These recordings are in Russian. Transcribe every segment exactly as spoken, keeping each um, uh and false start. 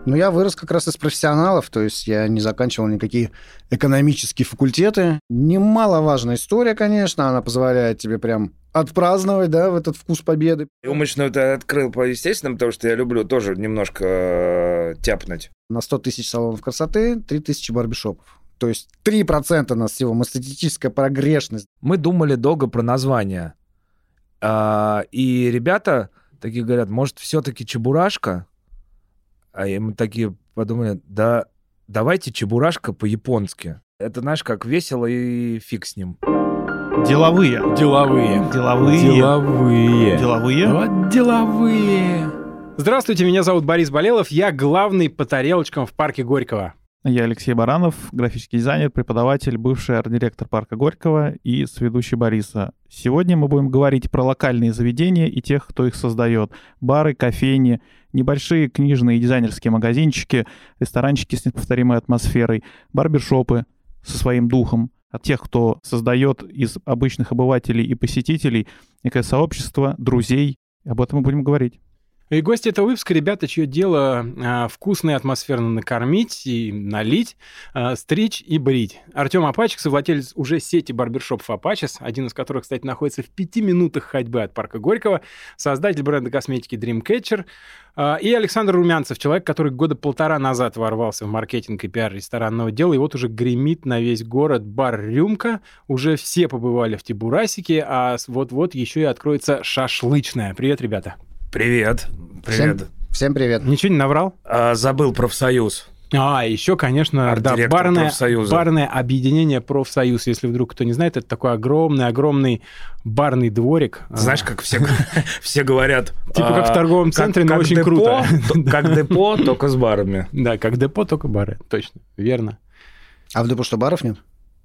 Ну, я вырос как раз из профессионалов, то есть я не заканчивал никакие экономические факультеты. Немаловажная история, конечно, она позволяет тебе прям отпраздновать, да, в этот вкус победы. Умочную ты открыл по естественному, потому что я люблю тоже немножко э, тяпнуть. На сто тысяч салонов красоты три тысячи барбершопов. То есть три процента у нас всего, эстетическая прогрешность. Мы думали долго про название. А, и ребята такие говорят, может, все-таки Чебурашка? А мы такие подумали, да давайте Чебурашка по-японски. Это, знаешь, как весело и фиг с ним. Деловые. Деловые. Деловые. Деловые. Деловые. Вот деловые. Здравствуйте, меня зовут Борис Болелов, я главный по тарелочкам в парке Горького. Я Алексей Баранов, графический дизайнер, преподаватель, бывший арт-директор парка Горького и соведущий Бориса. Сегодня мы будем говорить про локальные заведения и тех, кто их создает. Бары, кофейни, небольшие книжные и дизайнерские магазинчики, ресторанчики с неповторимой атмосферой, барбершопы со своим духом. От тех, кто создает из обычных обывателей и посетителей некое сообщество, друзей. Об этом мы будем говорить. И гости этого выпуска, ребята, чье дело э, вкусно и атмосферно накормить и налить, э, стричь и брить. Артем Апачек, совладелец уже сети барбершопов Апачес, один из которых, кстати, находится в пяти минутах ходьбы от парка Горького, создатель бренда косметики Dreamcatcher, э, и Александр Румянцев, человек, который года полтора назад ворвался в маркетинг и пиар ресторанного дела, и вот уже гремит на весь город бар «Рюмка». Уже все побывали в Тибурасике, а вот-вот еще и откроется шашлычная. Привет, ребята. Привет. Привет. Всем, всем привет. Ничего не наврал? А, забыл профсоюз. А, еще, конечно, да, барное, барное объединение «Профсоюз». Если вдруг кто не знает, это такой огромный-огромный барный дворик. Знаешь, как все, все говорят... Типа как в торговом центре, но очень круто. Как депо, только с барами. Да, как депо, только бары. Точно, верно. А в депо что, баров нет?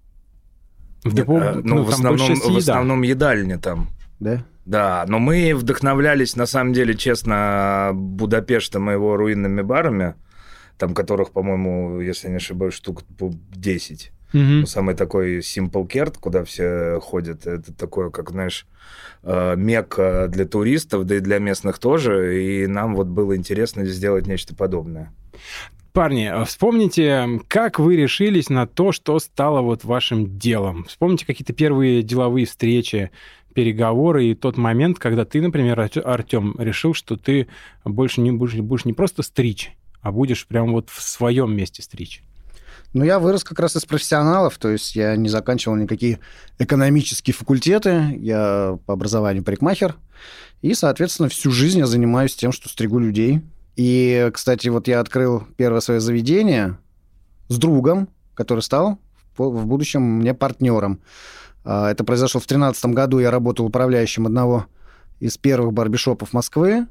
В депо, ну, в основном едальня там. Да? Да, но мы вдохновлялись, на самом деле, честно, Будапештом и его руинными барами, там которых, по-моему, если не ошибаюсь, штук десять. Mm-hmm. Самый такой Simple Care, куда все ходят, это такое, как, знаешь, мекка для туристов, да и для местных тоже, и нам вот было интересно сделать нечто подобное. Парни, вспомните, как вы решились на то, что стало вот вашим делом. Вспомните какие-то первые деловые встречи, переговоры и тот момент, когда ты, например, Артем, решил, что ты больше не будешь, будешь не просто стричь, а будешь прям вот в своем месте стричь. Ну, я вырос как раз из профессионалов, то есть я не заканчивал никакие экономические факультеты, я по образованию парикмахер, и, соответственно, всю жизнь я занимаюсь тем, что стригу людей. И, кстати, вот я открыл первое свое заведение с другом, который стал в будущем мне партнером. Это произошло в две тысячи тринадцатом году, я работал управляющим одного из первых барбершопов Москвы,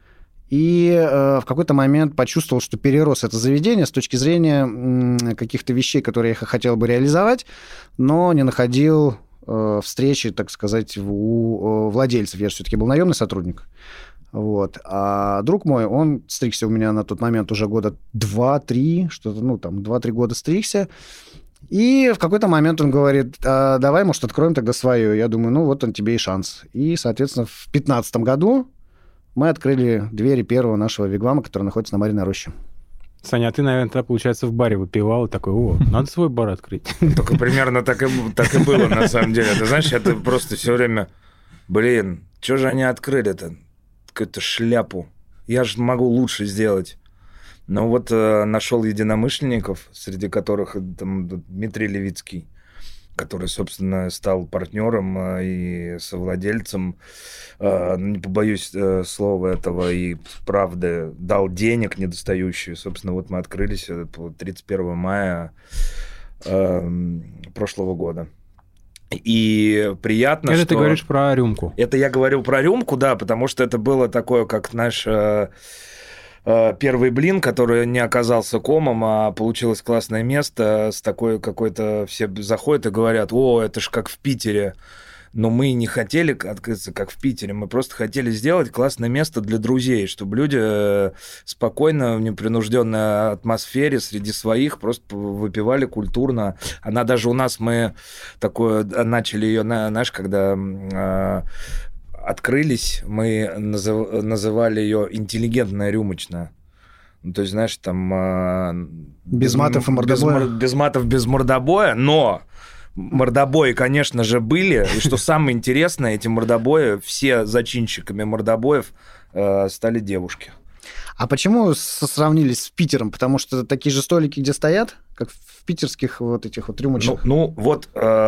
и в какой-то момент почувствовал, что перерос это заведение с точки зрения каких-то вещей, которые я хотел бы реализовать, но не находил встречи, так сказать, у владельцев. Я же все-таки был наемный сотрудник. Вот. А друг мой, он стригся у меня на тот момент уже года два-три, что-то, ну, там, два-три года стригся. И в какой-то момент он говорит, а давай, может, откроем тогда свое. Я думаю, ну, вот он тебе и шанс. И, соответственно, в две тысячи пятнадцатом году мы открыли двери первого нашего вигвама, который находится на Марьиной роще. Саня, а ты, наверное, тогда, получается, в баре выпивал и такой, о, надо свой бар открыть. Только примерно так и, так и было, на самом деле. Ты знаешь, это просто все время, блин, что же они открыли-то? Какую-то шляпу. Я же могу лучше сделать. Но вот э, нашел единомышленников, среди которых там, Дмитрий Левицкий, который, собственно, стал партнером э, и совладельцем, э, не побоюсь э, слова этого, и правда дал денег недостающие. Собственно, вот мы открылись тридцать первого мая э, прошлого года. И приятно, это что... ты говоришь про рюмку. Это я говорю про рюмку, да, потому что это было такое, как, знаешь, э, э, первый блин, который не оказался комом, а получилось классное место с такой какой-то... Все заходят и говорят, о, это ж как в Питере. Но мы не хотели открыться, как в Питере. Мы просто хотели сделать классное место для друзей, чтобы люди спокойно, в непринужденной атмосфере среди своих просто выпивали культурно. Она даже у нас, мы такое начали ее, знаешь, когда э, открылись, мы назыв, называли ее интеллигентная рюмочная. Ну, то есть, знаешь, там... А, без матов и мордобоя. Без, без матов, без мордобоя, но... Мордобои, конечно же, были. И что самое интересное, эти мордобои, все зачинщиками мордобоев э, стали девушки. А почему сравнились с Питером? Потому что такие же столики, где стоят, как в питерских вот этих вот рюмочных? Ну, ну вот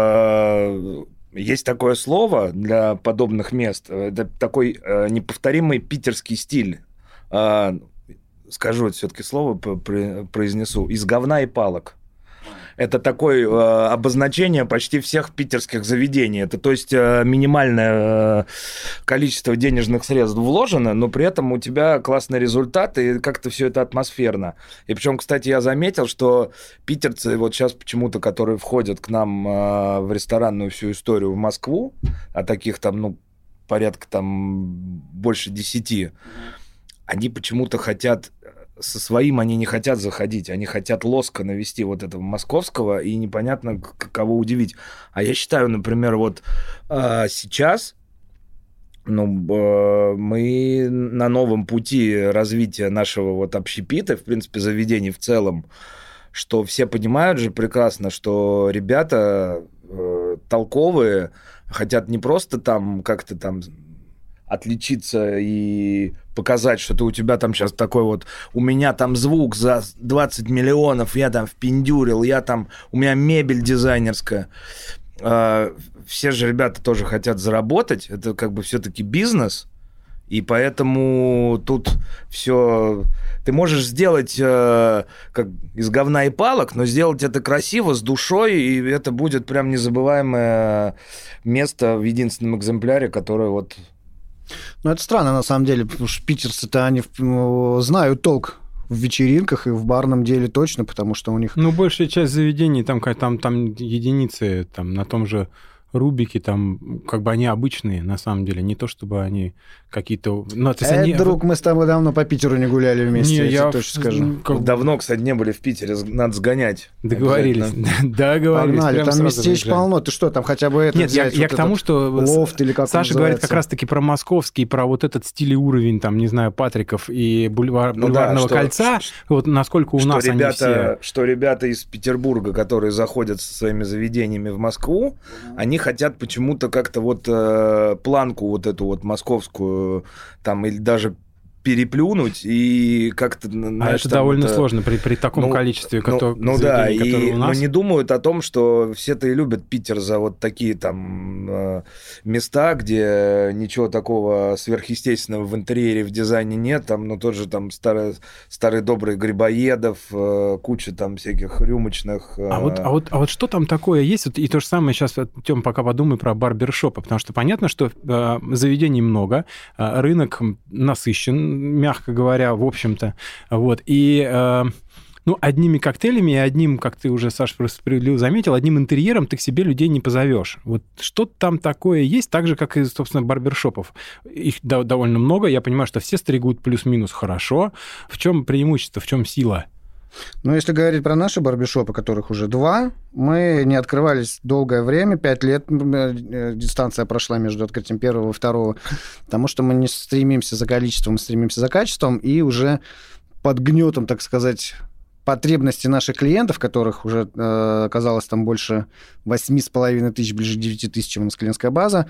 э, есть такое слово для подобных мест. Это такой э, неповторимый питерский стиль. Э, скажу это все-таки слово, произнесу. Из говна и палок. Это такое э, обозначение почти всех питерских заведений. Это, то есть, э, минимальное э, количество денежных средств вложено, но при этом у тебя классный результат, и как-то все это атмосферно. И причем, кстати, я заметил, что питерцы вот сейчас почему-то, которые входят к нам э, в ресторанную всю историю в Москву, а таких там, ну, порядка там больше десяти, они почему-то хотят... Со своим они не хотят заходить, они хотят лоска навести вот этого московского, и непонятно, кого удивить. А я считаю, например, вот э, сейчас ну, э, мы на новом пути развития нашего вот общепита, в принципе, заведений в целом, что все понимают же прекрасно, что ребята э, толковые, хотят не просто там как-то там... отличиться и показать, что ты у тебя там сейчас такой вот, у меня там звук за двадцать миллионов, я там впендюрил, я там, у меня мебель дизайнерская. Все же ребята тоже хотят заработать, это как бы все-таки бизнес, и поэтому тут все... Ты можешь сделать э, как из говна и палок, но сделать это красиво, с душой, и это будет прям незабываемое место в единственном экземпляре, которое вот... Ну, это странно, на самом деле, потому что питерцы-то, они знают толк в вечеринках и в барном деле точно, потому что у них... Ну, большая часть заведений, там, там, там единицы, там, на том же Рубике, там, как бы они обычные, на самом деле, не то, чтобы они какие-то... Ну, то есть э, они... друг, мы с тобой давно по Питеру не гуляли вместе, не, я, я точно скажу. Как... Давно, кстати, не были в Питере, надо сгонять. Договорились. Договорились. Погнали, там местечек полно. Ты что, там хотя бы это Нет, взять, я, я вот к тому, что лофт, или как Саша говорит как раз-таки про московский, про вот этот стиль и уровень, там, не знаю, Патриков и бульвар, ну, бульварного да, кольца, что, вот насколько у что нас ребята, они все... Что ребята из Петербурга, которые заходят со своими заведениями в Москву, mm-hmm. они хотят почему-то как-то вот э, планку вот эту вот московскую, там, или даже переплюнуть и как-то... Знаешь, а это довольно это... сложно при, при таком ну, количестве, ну, который, ну да, и, у нас. Но не думают о том, что все-то и любят Питер за вот такие там э, места, где ничего такого сверхъестественного в интерьере, в дизайне нет, там, ну, тот же там старый, старый добрый Грибоедов, э, куча там всяких рюмочных... Э... А, вот, а, вот, а вот что там такое есть? Вот, и то же самое сейчас, Тём, пока подумай про барбершопы, потому что понятно, что э, заведений много, э, рынок насыщен, мягко говоря, в общем-то. Вот. И э, ну, одними коктейлями и одним, как ты уже, Саша, справедливо заметил, одним интерьером ты к себе людей не позовешь. Вот что там такое есть, так же, как и, собственно, барбершопов. Их до- довольно много. Я понимаю, что все стригут плюс-минус хорошо. В чем преимущество, в чем сила? Ну, если говорить про наши барбершопы, которых уже два, мы не открывались долгое время, пять лет дистанция прошла между открытием первого и второго, потому что мы не стремимся за количеством, мы стремимся за качеством, и уже под гнетом, так сказать, потребностей наших клиентов, которых уже э, оказалось там больше восемь с половиной тысяч, ближе к девяти тысячам у нас клиентская база,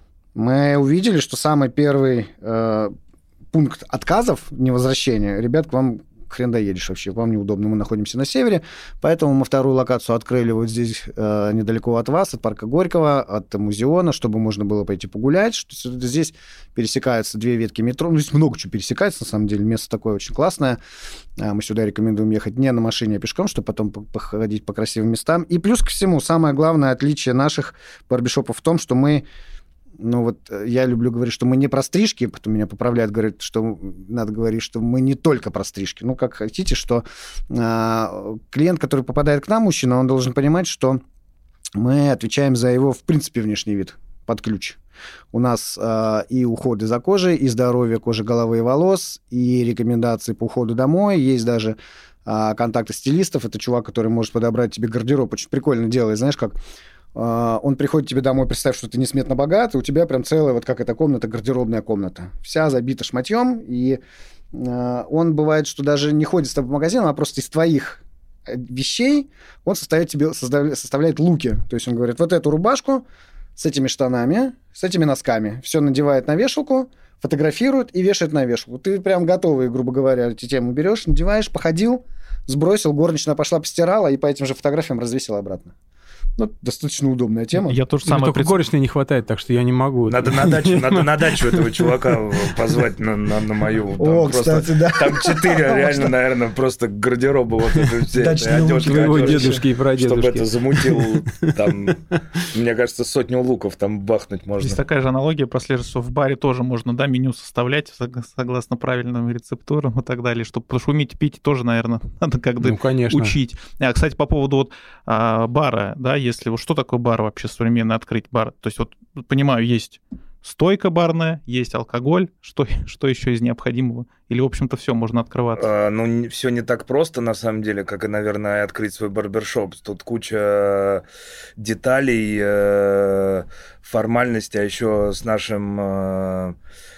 мы увидели, что самый первый э, пункт отказов, невозвращения, ребят, к вам хрен доедешь вообще, вам неудобно, мы находимся на севере, поэтому мы вторую локацию открыли вот здесь, э, недалеко от вас, от парка Горького, от Музеона, чтобы можно было пойти погулять, что здесь пересекаются две ветки метро, ну, здесь много чего пересекается, на самом деле, место такое очень классное, мы сюда рекомендуем ехать не на машине, а пешком, чтобы потом походить по красивым местам, и плюс ко всему, самое главное отличие наших барбершопов в том, что мы Ну вот я люблю говорить, что мы не про стрижки, потом меня поправляют, говорят, что надо говорить, что мы не только про стрижки. Ну, как хотите, что э, клиент, который попадает к нам, мужчина, он должен понимать, что мы отвечаем за его, в принципе, внешний вид под ключ. У нас э, и уходы за кожей, и здоровье кожи, головы и волос, и рекомендации по уходу домой. Есть даже э, контакты стилистов. Это чувак, который может подобрать тебе гардероб. Очень прикольно делает, знаешь, как... Он приходит к тебе домой, представь, что ты несметно богат, и у тебя прям целая, вот как эта комната, гардеробная комната. Вся забита шматьем, и он бывает, что даже не ходит с тобой по магазинам, а просто из твоих вещей он составляет тебе составляет луки. То есть он говорит, вот эту рубашку с этими штанами, с этими носками. Все надевает на вешалку, фотографирует и вешает на вешалку. Ты прям готовый, грубо говоря, эти темы берешь, надеваешь, походил, сбросил, горничная пошла, постирала и по этим же фотографиям развесила обратно. Ну, достаточно удобная тема. Я тоже самое... Только пред... горничной не хватает, так что я не могу. Надо на дачу, надо на дачу этого чувака позвать на, на, на мою. О, кстати, да. Там четыре реально, наверное, просто гардероба вот этой всей одежды. Твоего дедушки и прадедушки. Чтобы это замутил, там, мне кажется, сотню луков там бахнуть можно. Здесь такая же аналогия прослеживается. В баре тоже можно, да, меню составлять согласно правильным рецептурам и так далее. Чтобы, потому что уметь пить тоже, наверное, надо как-то ну, конечно. учить. А, кстати, по поводу вот а, бара, да, если вот что такое бар вообще современно открыть бар? То есть вот понимаю, есть стойка барная, есть алкоголь, что, что еще из необходимого? Или, в общем-то, все, можно открываться? А, ну, все не так просто, на самом деле, как и, наверное, открыть свой барбершоп. Тут куча деталей, формальностей, а еще с нашим...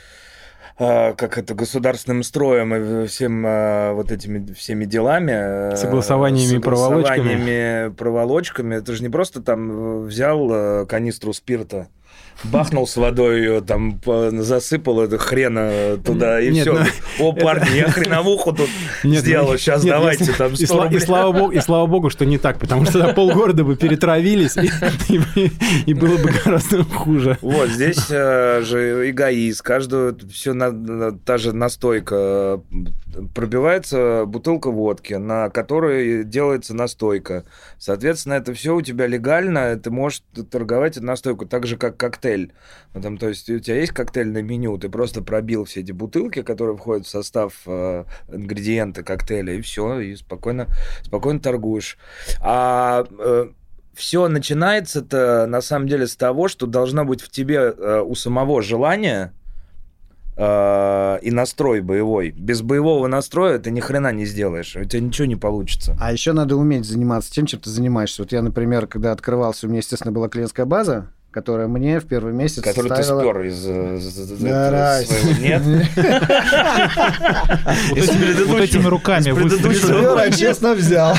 как это, государственным строем и всем вот этими всеми делами. Согласованиями и проволочками. Согласованиями, проволочками. Это же не просто там взял канистру спирта, бахнул с водой ее, там засыпал это хрена туда, и Нет, все. ну, О, парни, я хреновуху тут Нет, сделал, ну, сейчас нет, давайте если... там и, сто рублей. И слава, богу, и слава богу, что не так, потому что тогда полгорода бы перетравились, и, и, и было бы гораздо хуже. Вот, здесь э, же эгоист, каждую, все на, та же настойка, пробивается бутылка водки, на которой делается настойка. Соответственно, это все у тебя легально, ты можешь торговать эту настойку так же, как коктейль. Ну, там, то есть у тебя есть коктейльное меню, ты просто пробил все эти бутылки, которые входят в состав э, ингредиенты коктейля, и все, и спокойно, спокойно торгуешь. А э, все начинается-то на самом деле с того, что должно быть в тебе э, у самого желание э, и настрой боевой. Без боевого настроя ты ни хрена не сделаешь, у тебя ничего не получится. А еще надо уметь заниматься тем, чем ты занимаешься. Вот я, например, когда открывался, у меня, естественно, была клиентская база, которая мне в первый месяц Который ставила... ты спер из, из, из да, своего... Нет? Вот этими руками спер, а честно взял.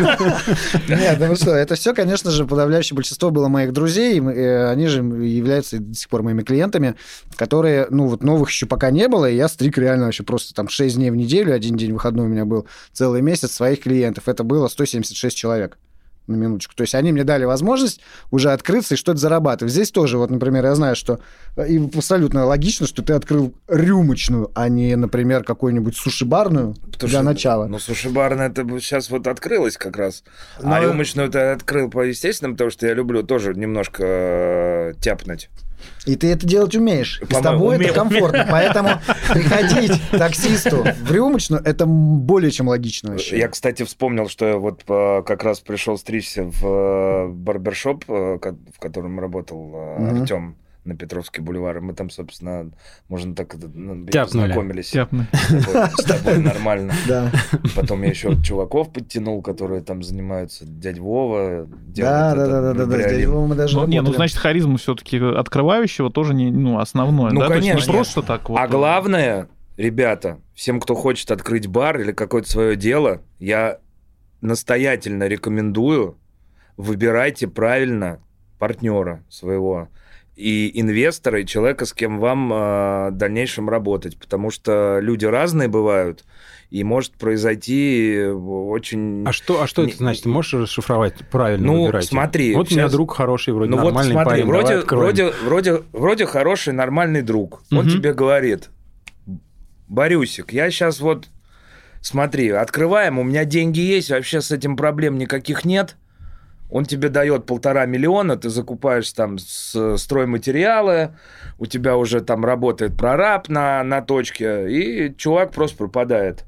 Нет, ну что, это все, конечно же, подавляющее большинство было моих друзей, они же являются до сих пор моими клиентами, которые, ну вот новых еще пока не было, и я стриг реально вообще просто там шесть дней в неделю, один день выходной у меня был, целый месяц своих клиентов. Это было сто семьдесят шесть человек. На минуточку. То есть они мне дали возможность уже открыться и что-то зарабатывать. Здесь тоже, вот, например, я знаю, что и абсолютно логично, что ты открыл рюмочную, а не, например, какую-нибудь суши-барную для что, начала. Ну, суши-барная это сейчас вот открылась как раз. Но... А рюмочную ты открыл по естественному, потому что я люблю тоже немножко э, тяпнуть. И ты это делать умеешь. И с тобой уме... это комфортно. Поэтому приходить таксисту в рюмочную, это более чем логично вообще. Я, кстати, вспомнил, что я вот как раз пришел стричься в барбершоп, в котором работал mm-hmm. Артем на Петровский бульвар. Мы там, собственно, можно так познакомились. Тяпнули. С тобой нормально. Да. Потом я еще чуваков подтянул, которые там занимаются. Дядь Вова. Да, да, да, да, да. Дядь Вова мы даже Не, ну, значит, харизма все-таки открывающего тоже не, ну, основное. Ну, да? конечно. Не просто так вот. А главное, ребята, всем, кто хочет открыть бар или какое-то свое дело, я настоятельно рекомендую, выбирайте правильно партнера своего. И инвестора, и человека, с кем вам э, в дальнейшем работать. Потому что люди разные бывают, и может произойти очень... А что, а что не... это значит? Ты можешь расшифровать правильно? Ну, выбирайте? смотри. Вот сейчас... у меня друг хороший, вроде ну, нормальный вот смотри, парень, вроде, вроде, вроде, вроде хороший, нормальный друг. Он угу. тебе говорит, Борюсик, я сейчас вот... Смотри, открываем, у меня деньги есть, вообще с этим проблем никаких нет. Он тебе дает полтора миллиона, ты закупаешь там стройматериалы, у тебя уже там работает прораб на, на точке, и чувак просто пропадает.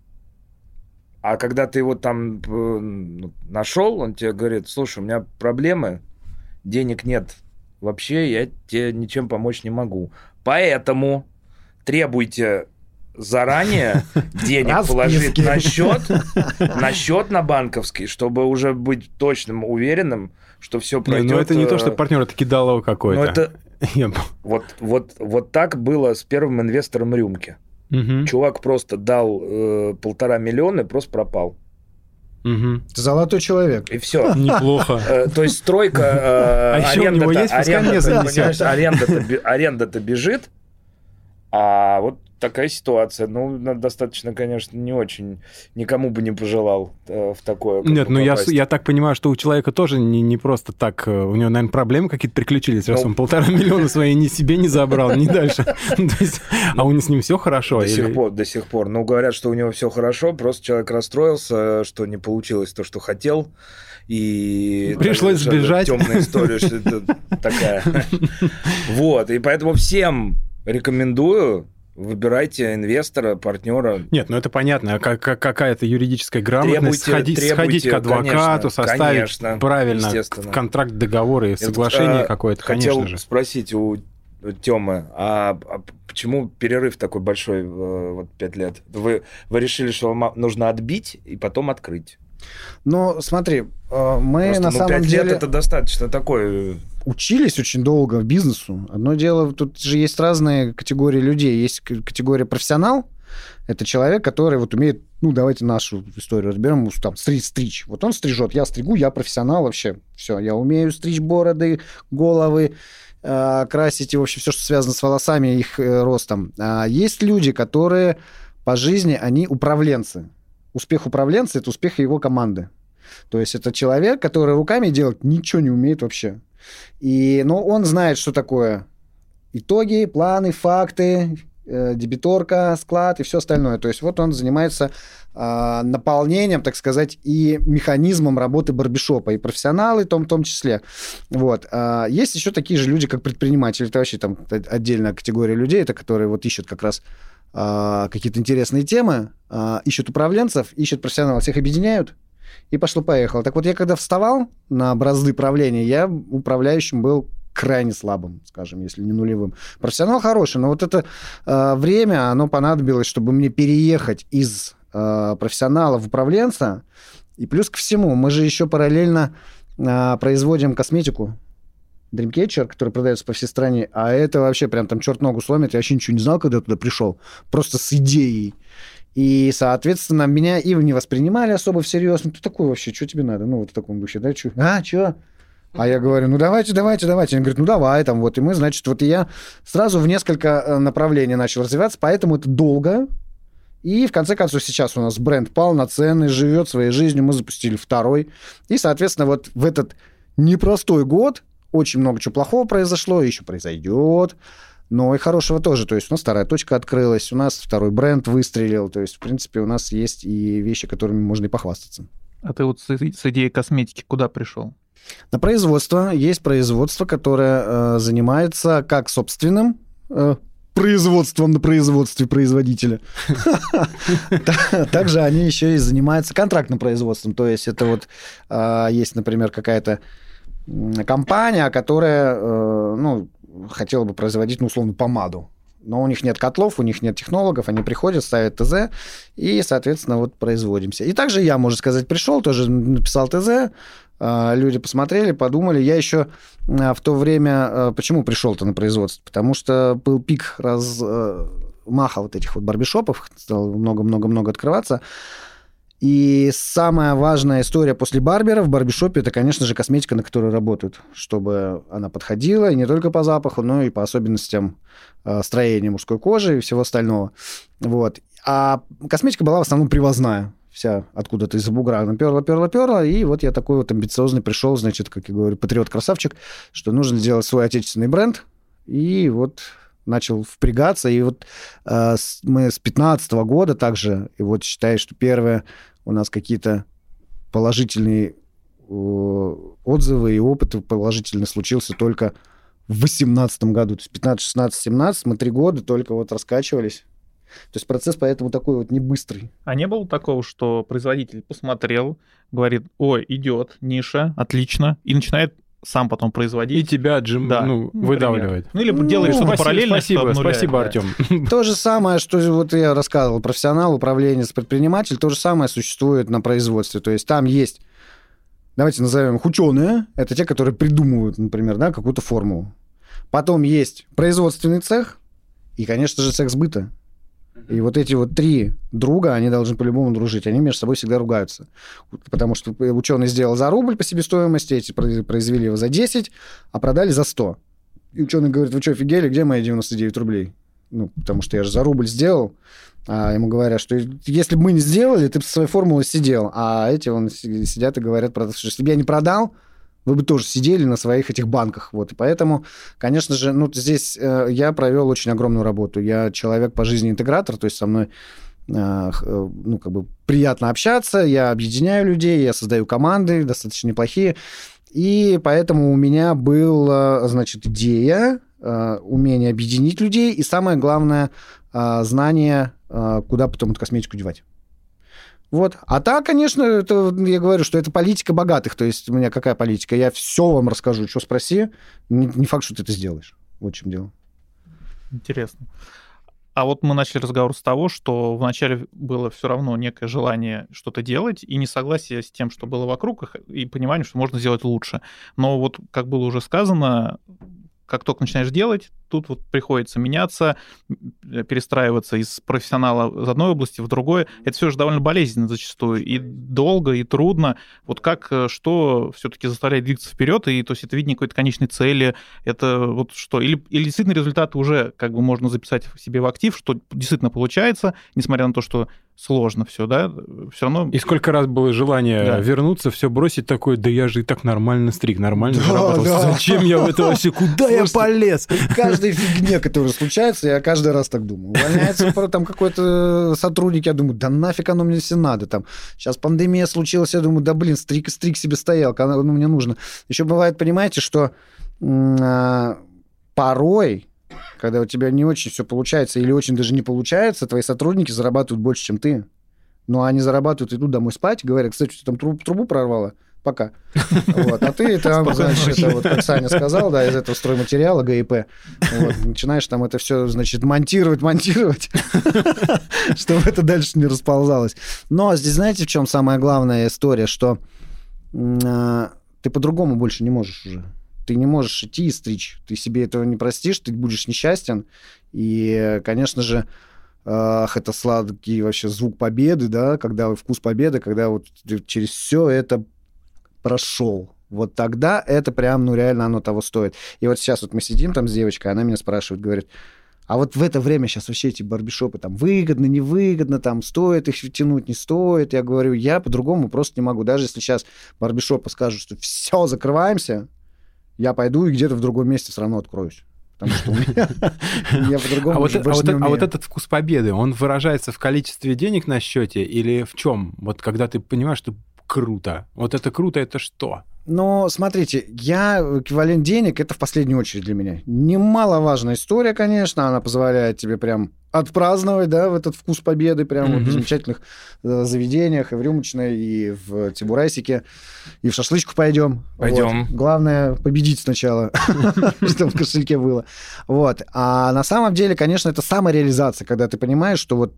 А когда ты его там нашел, он тебе говорит, слушай, у меня проблемы, денег нет вообще, я тебе ничем помочь не могу. Поэтому требуйте... заранее денег положить на счет, на счет на банковский, чтобы уже быть точным, уверенным, что все пройдет. Ну, это не то, что партнер, это кидалово какое-то. Это... вот, вот, вот так было с первым инвестором рюмки. Мгм. Чувак просто дал э, полтора миллиона и просто пропал. Мгм. Золотой человек. И все. Неплохо. То есть стройка, э, А еще у него аренда-то- есть, пускай аренда-то, мне занесет. понимаешь, аренда-то би- аренда-то бежит, а вот такая ситуация. Ну, на- достаточно, конечно, не очень. Никому бы не пожелал э, в такое как Нет, бы ну я, попасть. с- я так понимаю, что у человека тоже не, не просто так, э, у него, наверное, проблемы какие-то приключились, раз Ну. он полтора миллиона свои ни себе не забрал, ни дальше. То есть, а у него с ним все хорошо? До или- сих пор, до сих пор. Ну, говорят, что у него все хорошо, просто человек расстроился, что не получилось то, что хотел. И Пришлось сбежать. Темная история, что это такая. Вот, и поэтому всем рекомендую, выбирайте инвестора, партнера. Нет, ну это понятно, а как- как- какая-то юридическая грамотность, Требуйте- сходить, требуйте, сходить к адвокату, конечно, составить конечно, правильно естественно. контракт, договор и соглашение Я какое-то, хотел конечно же. спросить у Тёмы, а, а почему перерыв такой большой, э, вот пять лет? Вы, вы решили, что вам нужно отбить и потом открыть? Но смотри, э, мы Просто, на ну, самом пять деле... лет это достаточно такой... учились очень долго бизнесу. Одно дело, тут же есть разные категории людей. Есть к- категория профессионал. Это человек, который вот умеет, ну, давайте нашу историю разберем, там, стричь, стричь. Вот он стрижет, я стригу, я профессионал вообще. Все, я умею стричь бороды, головы, э, красить и вообще все, что связано с волосами и их э, ростом. А есть люди, которые по жизни, они управленцы. Успех управленца – это успех его команды. То есть это человек, который руками делать ничего не умеет вообще. И, но он знает, что такое итоги, планы, факты, э, дебиторка, склад и все остальное. То есть вот он занимается э, наполнением, так сказать, и механизмом работы барбершопа, и профессионалы в том, в том числе. Вот. А есть еще такие же люди, как предприниматели. Это вообще там отдельная категория людей, это которые вот ищут как раз э, какие-то интересные темы, э, ищут управленцев, ищут профессионалов, всех объединяют, и пошло-поехало. Так вот, я когда вставал на бразды правления, я управляющим был крайне слабым, скажем, если не нулевым. Профессионал хороший, но вот это э, время, оно понадобилось, чтобы мне переехать из э, профессионала в управленца. И плюс ко всему, мы же еще параллельно э, производим косметику. Dreamcatcher, который продается по всей стране. А это вообще прям там черт ногу сломит. Я вообще ничего не знал, когда я туда пришел. Просто с идеей. И, соответственно, меня и не воспринимали особо всерьез. Ну, ты такой вообще, что тебе надо? Ну, вот в таком духе, да? Чё? А, что? А я говорю, ну, давайте, давайте, давайте. Они говорят, ну, давай, там, вот. И мы, значит, вот и я сразу в несколько направлений начал развиваться, поэтому это долго. И, в конце концов, сейчас у нас бренд полноценный, живет своей жизнью. Мы запустили второй. И, соответственно, вот в этот непростой год очень много чего плохого произошло, еще произойдет. Но и хорошего тоже. То есть у нас вторая точка открылась, у нас второй бренд выстрелил. То есть, в принципе, у нас есть и вещи, которыми можно и похвастаться. А ты вот с, с идеей косметики куда пришел? На производство. Есть производство, которое э, занимается как собственным э, производством на производстве производителя. Также они еще и занимаются контрактным производством. То есть это вот есть, например, какая-то компания, которая, ну, хотела бы производить, ну, условно, помаду. Но у них нет котлов, у них нет технологов, они приходят, ставят ТЗ, и, соответственно, вот производимся. И также я, можно сказать, пришел, тоже написал ТЗ, люди посмотрели, подумали. Я еще в то время... Почему пришел-то на производство? Потому что был пик размаха вот этих вот барбершопов, стало много-много-много открываться. И самая важная история после барбера в барбершопе – это, конечно же, косметика, на которой работают, чтобы она подходила и не только по запаху, но и по особенностям строения мужской кожи и всего остального. Вот. А косметика была в основном привозная. Вся откуда-то из-за бугра она перла, перла, перла, и вот я такой вот амбициозный пришел, значит, как я говорю, патриот-красавчик, что нужно сделать свой отечественный бренд, и вот начал впрягаться, и вот э, с, мы с пятнадцатого года также, и вот считаю, что первые у нас какие-то положительные э, отзывы и опыт положительный случился только в восемнадцатом году, то есть пятнадцать, шестнадцать, семнадцать, мы три года только вот раскачивались. То есть процесс поэтому такой вот не быстрый. А не было такого, что производитель посмотрел, говорит, ой, идет, ниша, отлично, и начинает сам потом производить. И тебя джим, Да, ну, например. выдавливает. Ну, или делаешь Ну, что-то спасибо, параллельно, спасибо, что обнуляет, спасибо, да. Артем. То же самое, что вот я рассказывал, профессионал, управленец, предприниматель, то же самое существует на производстве. То есть там есть, давайте назовем их ученые, это те, которые придумывают, например, да, какую-то формулу. Потом есть производственный цех и, конечно же, цех сбыта. И вот эти вот три друга, они должны по-любому дружить. Они между собой всегда ругаются. Потому что ученый сделал за рубль по себестоимости, эти произвели его за десять, а продали за сто. И ученый говорит: вы что, офигели, где мои девяносто девять рублей? Ну, потому что я же за рубль сделал. А ему говорят, что если бы мы не сделали, ты бы со своей формулой сидел. А эти вон сидят и говорят, что если бы я не продал, вы бы тоже сидели на своих этих банках. Вот. И поэтому, конечно же, ну, здесь э, я провел очень огромную работу. Я человек по жизни интегратор, то есть со мной э, ну, как бы приятно общаться, я объединяю людей, я создаю команды достаточно неплохие. И поэтому у меня была, значит, идея, э, умение объединить людей и, самое главное, э, знание, э, куда потом эту косметику девать. Вот. А так, конечно, это, я говорю, что это политика богатых. То есть у меня какая политика? Я все вам расскажу, что спроси. Не, не факт, что ты это сделаешь. Вот в чем дело. Интересно. А вот мы начали разговор с того, что вначале было все равно некое желание что-то делать и несогласие с тем, что было вокруг, и понимание, что можно сделать лучше. Но вот, как было уже сказано, как только начинаешь делать, тут вот приходится меняться, перестраиваться из профессионала из одной области в другое. Это все же довольно болезненно зачастую, и долго, и трудно. Вот как, что все-таки заставляет двигаться вперед, и то есть это видение какой-то конечной цели, это вот что? Или, или действительно результаты уже как бы можно записать себе в актив, что действительно получается, несмотря на то, что сложно все, да, все равно... И сколько раз было желание да. вернуться, все бросить такое, да я же и так нормально стриг, нормально да, заработал. Да. Зачем я в это вообще, куда я полез? При каждой фигне, которая случается, я каждый раз так думаю. Увольняется там какой-то сотрудник, я думаю, да нафиг оно мне все надо. Там, сейчас пандемия случилась, я думаю, да блин, стриг, стриг себе стоял, оно ну, мне нужно. Еще бывает, понимаете, что м- порой... Когда у тебя не очень все получается или очень даже не получается, твои сотрудники зарабатывают больше, чем ты. Ну, они зарабатывают, идут домой спать, говорят, кстати, что там труб, трубу прорвало, пока. Вот. А ты там, значит, это, вот, как Саня сказал, да, из этого стройматериала ГИП, вот, начинаешь там это все, значит, монтировать, монтировать, чтобы это дальше не расползалось. Но здесь, знаете, в чем самая главная история, что ты по-другому больше не можешь уже. Ты не можешь идти и стричь. Ты себе этого не простишь, ты будешь несчастен. И, конечно же, ах, это сладкий вообще звук победы, да, когда вкус победы, когда вот ты через все это прошел. Вот тогда это прям, ну, реально оно того стоит. И вот сейчас вот мы сидим там с девочкой, она меня спрашивает, говорит, а вот в это время сейчас вообще эти барбершопы там выгодно, невыгодно, там стоит их тянуть, не стоит. Я говорю, я по-другому просто не могу. Даже если сейчас барбершопы скажут, что все, закрываемся, я пойду и где-то в другом месте все равно откроюсь. Потому что у меня я по-другому а вот, уже больше а вот, не умею. А вот этот вкус победы, он выражается в количестве денег на счете или в чем? Вот когда ты понимаешь, что круто. Вот это круто, это что? Но смотрите, я эквивалент денег, это в последнюю очередь для меня. Немаловажная история, конечно, она позволяет тебе прям отпраздновать, да, в этот вкус победы, прям mm-hmm. вот в замечательных э, заведениях, и в рюмочной, и в Тибурайсике, и в шашлычку пойдем. Пойдем. Вот. Главное победить сначала, чтобы в кошельке было. Вот. А на самом деле, конечно, это самореализация, когда ты понимаешь, что вот...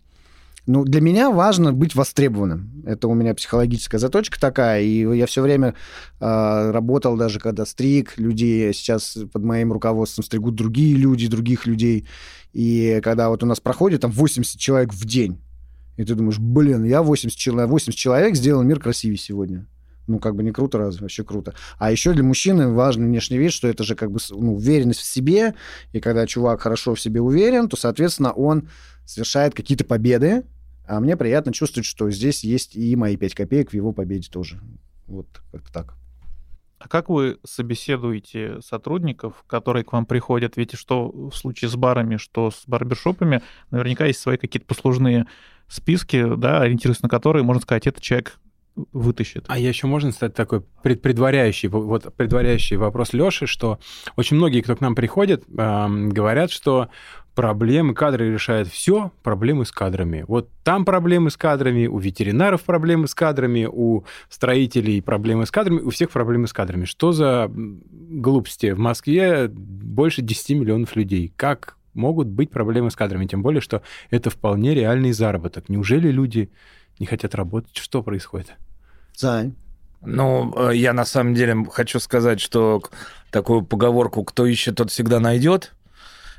Ну, для меня важно быть востребованным. Это у меня психологическая заточка такая, и я все время э, работал даже, когда стриг людей, сейчас под моим руководством стригут другие люди, других людей, и когда вот у нас проходит там восемьдесят человек в день, и ты думаешь, блин, я восемьдесят человек, восемьдесят человек сделал мир красивее сегодня. Ну, как бы не круто разве? Вообще круто. А еще для мужчины важный внешний вид, что это же как бы ну, уверенность в себе, и когда чувак хорошо в себе уверен, то, соответственно, он совершает какие-то победы, а мне приятно чувствовать, что здесь есть и мои пять копеек в его победе тоже. Вот как-то так. А как вы собеседуете сотрудников, которые к вам приходят? Ведь что в случае с барами, что с барбершопами, наверняка есть свои какие-то послужные списки, да, ориентируясь на которые, можно сказать, этот человек вытащит. А я еще можно сказать такой предваряющий, вот предваряющий вопрос Лёши, что очень многие, кто к нам приходит, э, говорят, что проблемы кадры решают все, проблемы с кадрами. Вот там проблемы с кадрами, у ветеринаров проблемы с кадрами, у строителей проблемы с кадрами, у всех проблемы с кадрами. Что за глупости? В Москве больше десять миллионов людей. Как могут быть проблемы с кадрами? Тем более, что это вполне реальный заработок. Неужели люди не хотят работать? Что происходит? Зань. Ну, я на самом деле хочу сказать, что такую поговорку «кто ищет, тот всегда найдет».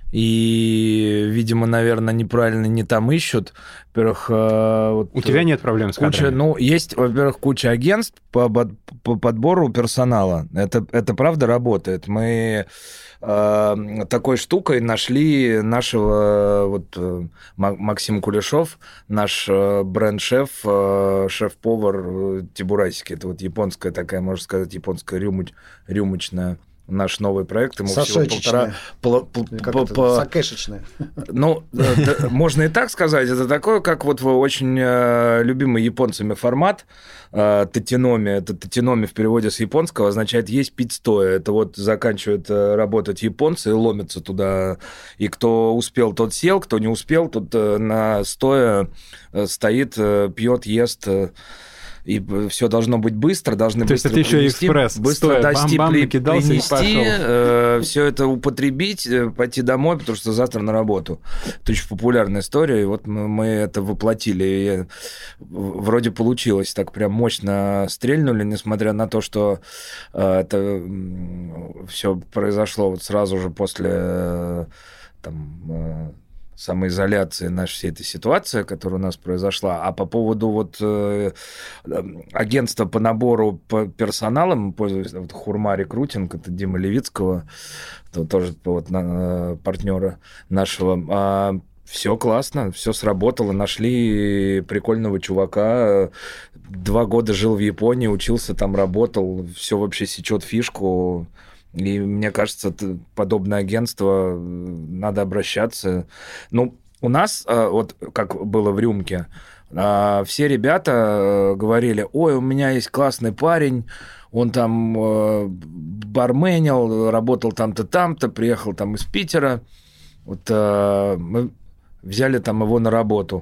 И, видимо, наверное, неправильно не там ищут. Во-первых, вот у тебя нет проблем с куча, кадрами? Ну, есть, во-первых, куча агентств по, по подбору персонала. Это, это правда работает. Мы э, такой штукой нашли нашего вот, Максим Кулешов, наш бренд-шеф, э, шеф-повар Тибурасики. Это вот японская такая, можно сказать, японская рюмоч, рюмочная. Наш новый проект, ему всего полтора... Пол, пол, как по, это? По... Сакэшечная. Ну, да, можно и так сказать. Это такое, как вот очень э, любимый японцами формат э, татиноми. Это татиноми в переводе с японского означает «есть, пить, стоя». Это вот заканчивают э, работать японцы и ломятся туда. И кто успел, тот сел, кто не успел, тот э, на стоя э, стоит, э, пьет, ест... Э, и все должно быть быстро, должны То быстро есть это принести, еще экспресс, быстро стоя, дости, бам-бам, при, накидался и принести, пошел. э, все это употребить, э, пойти домой, потому что завтра на работу. Это очень популярная история, и вот мы, мы это воплотили. И вроде получилось, так прям мощно стрельнули, несмотря на то, что э, это все произошло вот сразу же после э, там... Э, самоизоляции нашей всей этой ситуации, которая у нас произошла. А по поводу вот э, агентства по набору по персонала, мы пользуемся, вот Хурма Рекрутинг, это Дима Левицкого, это тоже вот, на, партнера нашего. А, все классно, все сработало, нашли прикольного чувака, два года жил в Японии, учился там, работал, все вообще сечет фишку. И мне кажется, подобное агентство, надо обращаться. Ну, у нас, вот как было в рюмке, все ребята говорили: ой, у меня есть классный парень, он там барменил, работал там-то, там-то, приехал там из Питера. Вот мы взяли там его на работу.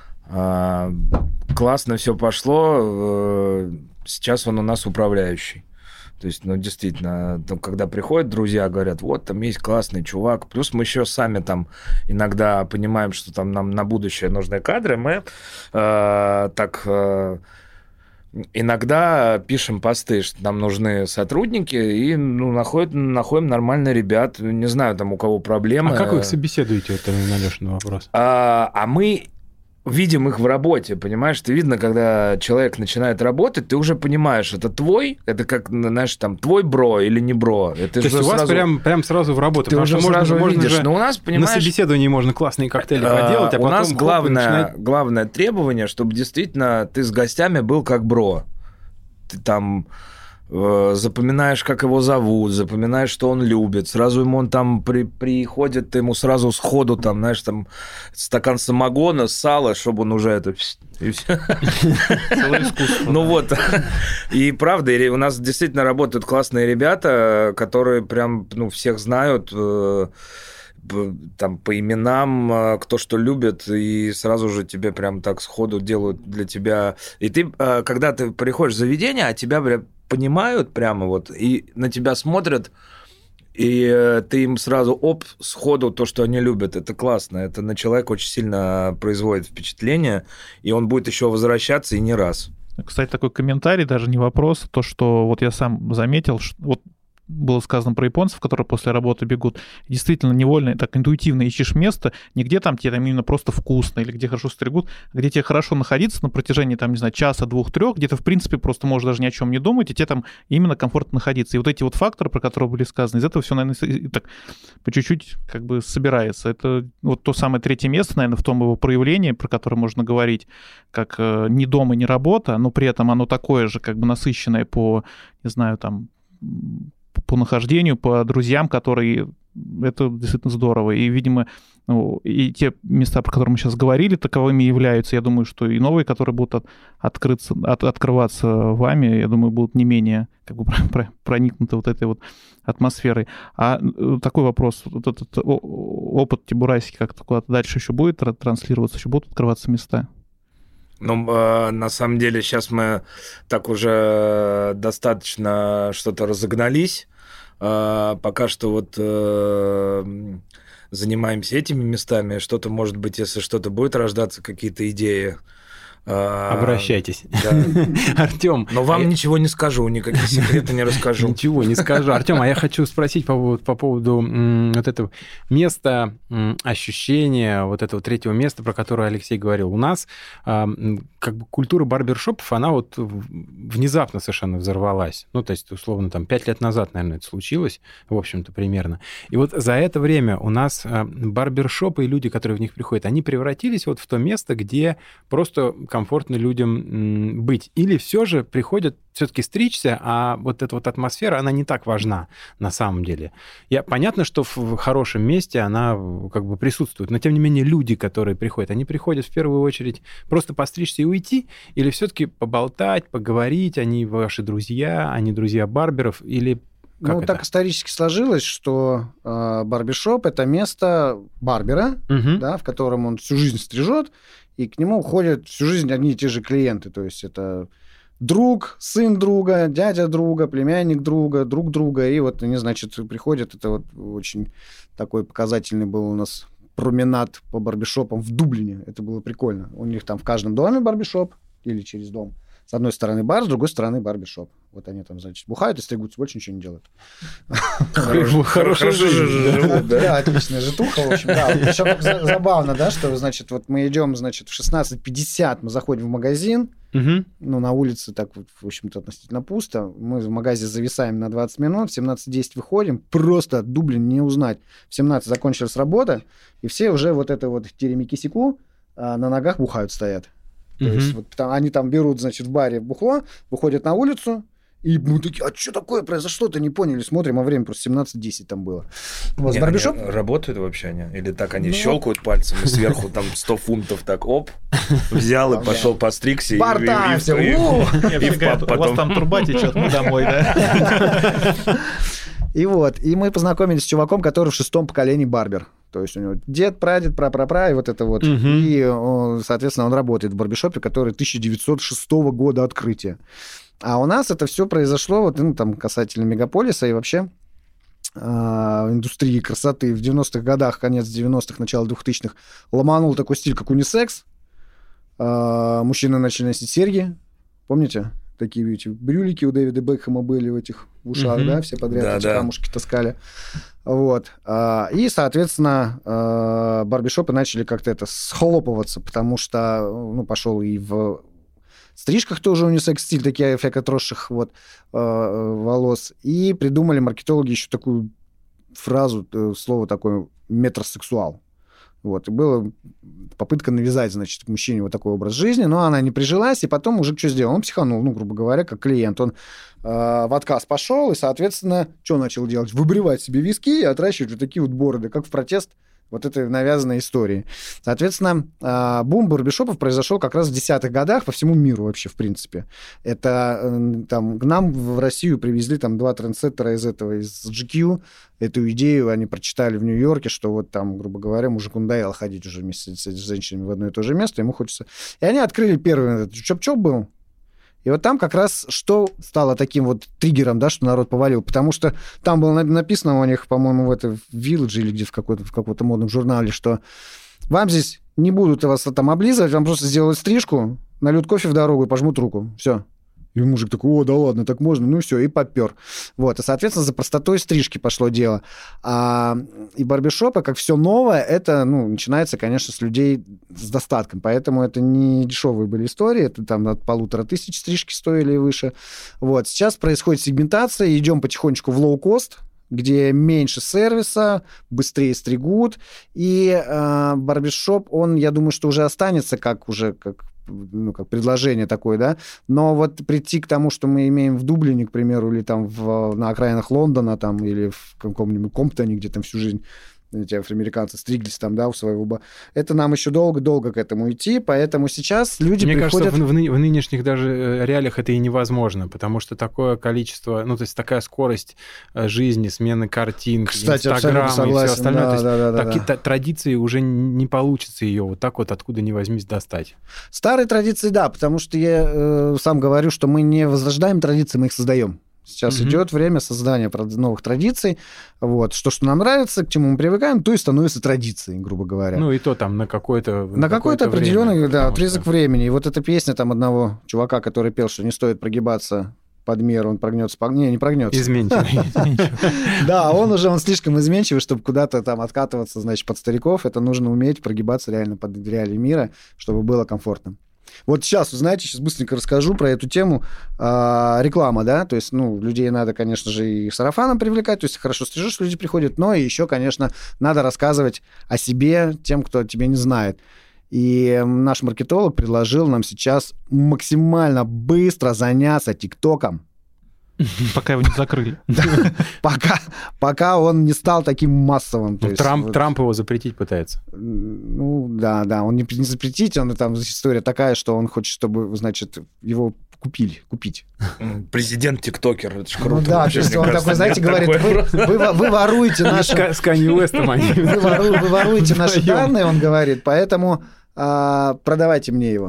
Классно все пошло. Сейчас он у нас управляющий. То есть, ну, действительно, там, когда приходят друзья, говорят, вот, там есть классный чувак. Плюс мы еще сами там иногда понимаем, что там нам на будущее нужны кадры. Мы э, так э, иногда пишем посты, что нам нужны сотрудники, и ну, находим, находим нормальных ребят. Не знаю, там у кого проблемы. А как вы их собеседуете? Это на Лешин вопрос. А, а мы... видим их в работе, понимаешь? Ты видно, когда человек начинает работать, ты уже понимаешь, это твой, это как, знаешь, там, твой бро или не бро. Это То есть у вас сразу... прям, прям сразу в работу. Ты уже что сразу можно, видишь. можно Но у нас, понимаешь... На собеседовании можно классные коктейли поделать, а у потом... нас хоп, главное, начинать... главное требование, чтобы действительно ты с гостями был как бро. Ты там... запоминаешь, как его зовут, запоминаешь, что он любит. Сразу ему он там при, приходит, ты ему сразу сходу там, знаешь, там стакан самогона, сало, чтобы он уже это... И все. Целое искусство. Ну вот. И правда, у нас действительно работают классные ребята, которые прям, ну, всех знают, там по именам, кто что любит, и сразу же тебе прям так сходу делают для тебя. И ты, когда ты приходишь в заведение, а тебя прям понимают прямо вот, и на тебя смотрят, и ты им сразу, оп, сходу то, что они любят. Это классно. Это на человека очень сильно производит впечатление, и он будет еще возвращаться и не раз. Кстати, такой комментарий, даже не вопрос, то, что вот я сам заметил, что вот было сказано про японцев, которые после работы бегут. Действительно, невольно, так интуитивно ищешь место, не где там тебе там именно просто вкусно или где хорошо стригут, а где тебе хорошо находиться на протяжении, там, не знаю, часа, двух, трех, где ты, в принципе, просто можешь даже ни о чем не думать, и тебе там именно комфортно находиться. И вот эти вот факторы, про которые были сказаны, из этого все, наверное, так по чуть-чуть как бы собирается. Это вот то самое третье место, наверное, в том его проявлении, про которое можно говорить, как э, не дом и не работа, но при этом оно такое же, как бы насыщенное по, не знаю, там, по нахождению, по друзьям, которые... Это действительно здорово. И, видимо, ну, и те места, про которые мы сейчас говорили, таковыми являются. Я думаю, что и новые, которые будут от, открыться, от, открываться вами, я думаю, будут не менее как бы проникнуты вот этой вот атмосферой. А такой вопрос. Вот этот опыт Тибурасики как-то куда-то дальше еще будет транслироваться, еще будут открываться места? Ну, э, на самом деле, сейчас мы так уже достаточно что-то разогнались. Э, пока что вот э, занимаемся этими местами. Что-то, может быть, если что-то будет рождаться, какие-то идеи, Обращайтесь. Да. Артем. Но вам ничего не скажу, никакие секреты не расскажу. Ничего не скажу. Артем, а я хочу спросить по поводу, по поводу м, вот этого места, м, ощущения, вот этого третьего места, про которое Алексей говорил. У нас а, как бы культура барбершопов, она вот внезапно совершенно взорвалась. Ну, то есть, условно, там, пять лет назад, наверное, это случилось, в общем-то, примерно. И вот за это время у нас а, барбершопы и люди, которые в них приходят, они превратились вот в то место, где просто комфортно людям быть. Или все же приходят все-таки стричься, а вот эта вот атмосфера, она не так важна на самом деле. Я, понятно, что в хорошем месте она как бы присутствует, но тем не менее люди, которые приходят, они приходят в первую очередь просто постричься и уйти, или все-таки поболтать, поговорить, они ваши друзья, они друзья барберов, или как ну, это? Так исторически сложилось, что э, барбершоп — это место барбера, Угу. да, в котором он всю жизнь стрижет, и к нему ходят всю жизнь одни и те же клиенты. То есть это друг, сын друга, дядя друга, племянник друга, друг друга. И вот они, значит, приходят. Это вот очень такой показательный был у нас променад по барбершопам в Дублине. Это было прикольно. У них там в каждом доме барбершоп или через дом. С одной стороны бар, с другой стороны барбершоп. Вот они там, значит, бухают и стригутся, больше ничего не делают. Хорошо живут, да? Да, отличная житуха, в общем, да. Еще как забавно, да, что, значит, вот мы идем, значит, в шестнадцать пятьдесят мы заходим в магазин, ну, на улице так вот, в общем-то, относительно пусто. Мы в магазе зависаем на двадцать минут, в семнадцать десять выходим, просто Дублин не узнать. В семнадцать закончилась работа, и все уже вот это вот теремики-секу на ногах бухают, стоят. То mm-hmm. есть вот там, они там берут, значит, в баре бухло, выходят на улицу, и мы такие, а что такое произошло-то, не поняли, смотрим, а время просто семнадцать десять там было. Вот, не, барбершоп... Работают вообще они? Или так они ну... щелкают пальцем, и сверху там сто фунтов так, оп, взял и пошел постригся. Бар-тайм, все, у вас там труба течет, мы домой, да? И вот, и мы познакомились с чуваком, который в шестом поколении барбер. То есть у него дед, прадед, прапрапра, и вот это вот. Uh-huh. И, соответственно, он работает в барбершопе, который тысяча девятьсот шестого года открытия. А у нас это все произошло, вот, ну, там, касательно мегаполиса и вообще э, индустрии красоты. В девяностых годах, конец девяностых, начало двухтысячных, ломанул такой стиль, как унисекс. Э, мужчины начали носить серьги, помните? Такие эти брюлики у Дэвида Бекхэма были в этих ушах, uh-huh. да, все подряд да, эти да. камушки таскали. Вот. И, соответственно, барбершопы начали как-то это схлопываться, потому что, ну, пошел и в стрижках тоже унисекс-стиль, такие эффект отросших вот, волос. И придумали маркетологи еще такую фразу, слово такое метросексуал. Вот, и была попытка навязать, значит, мужчине вот такой образ жизни, но она не прижилась, и потом мужик что сделал? Он психанул, ну, грубо говоря, как клиент. Он э, в отказ пошел, и, соответственно, что начал делать? Выбривать себе виски и отращивать вот такие вот бороды, как в протест вот этой навязанной истории. Соответственно, э, бум барбершопов произошел как раз в десятых годах по всему миру вообще, в принципе. Это э, там к нам в Россию привезли там два трендсеттера из этого, из джи кью. Эту идею они прочитали в Нью-Йорке, что вот там, грубо говоря, мужику надоело ходить уже вместе с женщинами в одно и то же место, ему хочется... И они открыли первый этот чоп-чоп был. И вот там как раз что стало таким вот триггером, да, что народ повалил, потому что там было написано у них, по-моему, в этом Village или где в, какой-то, в каком-то модном журнале, что вам здесь не будут вас там облизывать, вам просто сделают стрижку, нальют кофе в дорогу и пожмут руку. Все. И мужик такой, о, да ладно, так можно, ну все, и попер. Вот, и, соответственно, за простотой стрижки пошло дело. А, и барбершопы, как все новое, это, ну, начинается, конечно, с людей с достатком, поэтому это не дешевые были истории, это там от полутора тысяч стрижки стоили и выше. Вот, сейчас происходит сегментация, идем потихонечку в лоу-кост, где меньше сервиса, быстрее стригут, и э, барбершоп, он, я думаю, что уже останется как уже как ну, как предложение такое, да, но вот прийти к тому, что мы имеем в Дублине, к примеру, или там в, на окраинах Лондона, там, или в каком-нибудь Комптоне, где там всю жизнь эти афроамериканцы стриглись там, да, у своего... Это нам еще долго-долго к этому идти, поэтому сейчас люди Мне приходят... кажется, в, в, ны- в нынешних даже реалиях это и невозможно, потому что такое количество, ну, то есть такая скорость жизни, смены картинки, Кстати, Инстаграма и согласен, все остальное. Да, то есть да, да, таки, да. та, традиции уже не получится ее вот так вот откуда ни возьмись достать. Старые традиции, да, потому что я э, сам говорю, что мы не возрождаем традиции, мы их создаем. Сейчас Мгм. идет время создания прод- новых традиций. Вот. Что, что нам нравится, к чему мы привыкаем, то и становится традицией, грубо говоря. Ну, и то там на какое-то На какой-то время, определенный да, потому отрезок что- времени. И вот эта песня там одного чувака, который пел, что не стоит прогибаться под меру, он прогнется... По... Не, не прогнется. Изменчивый. Да, он уже он слишком изменчивый, чтобы куда-то там откатываться, значит, под стариков. Это нужно уметь прогибаться реально под реалии мира, чтобы было комфортно. Вот сейчас, знаете, сейчас быстренько расскажу про эту тему. А, реклама, да, то есть, ну, людей надо, конечно же, и сарафаном привлекать, то есть хорошо стрижешь, люди приходят, но еще, конечно, надо рассказывать о себе тем, кто тебя не знает. И наш маркетолог предложил нам сейчас максимально быстро заняться ТикТоком, Пока его не закрыли. пока, пока он не стал таким массовым. То Ну, есть Трамп, вот- Трамп его запретить пытается. Ну, да, да, он не, не запретить, он там история такая, что он хочет, чтобы, значит, его купили, купить. М, Президент-тиктокер, это ж круто. Ну да, то вообще, есть мне он кажется, такой, знаете, нет, говорит, такое вы, просто. вы, вы воруете С наши, Ка- С Канье Уэстом они. вы, вору- вы воруете наши Вдвоем. данные, он говорит, поэтому а, продавайте мне его.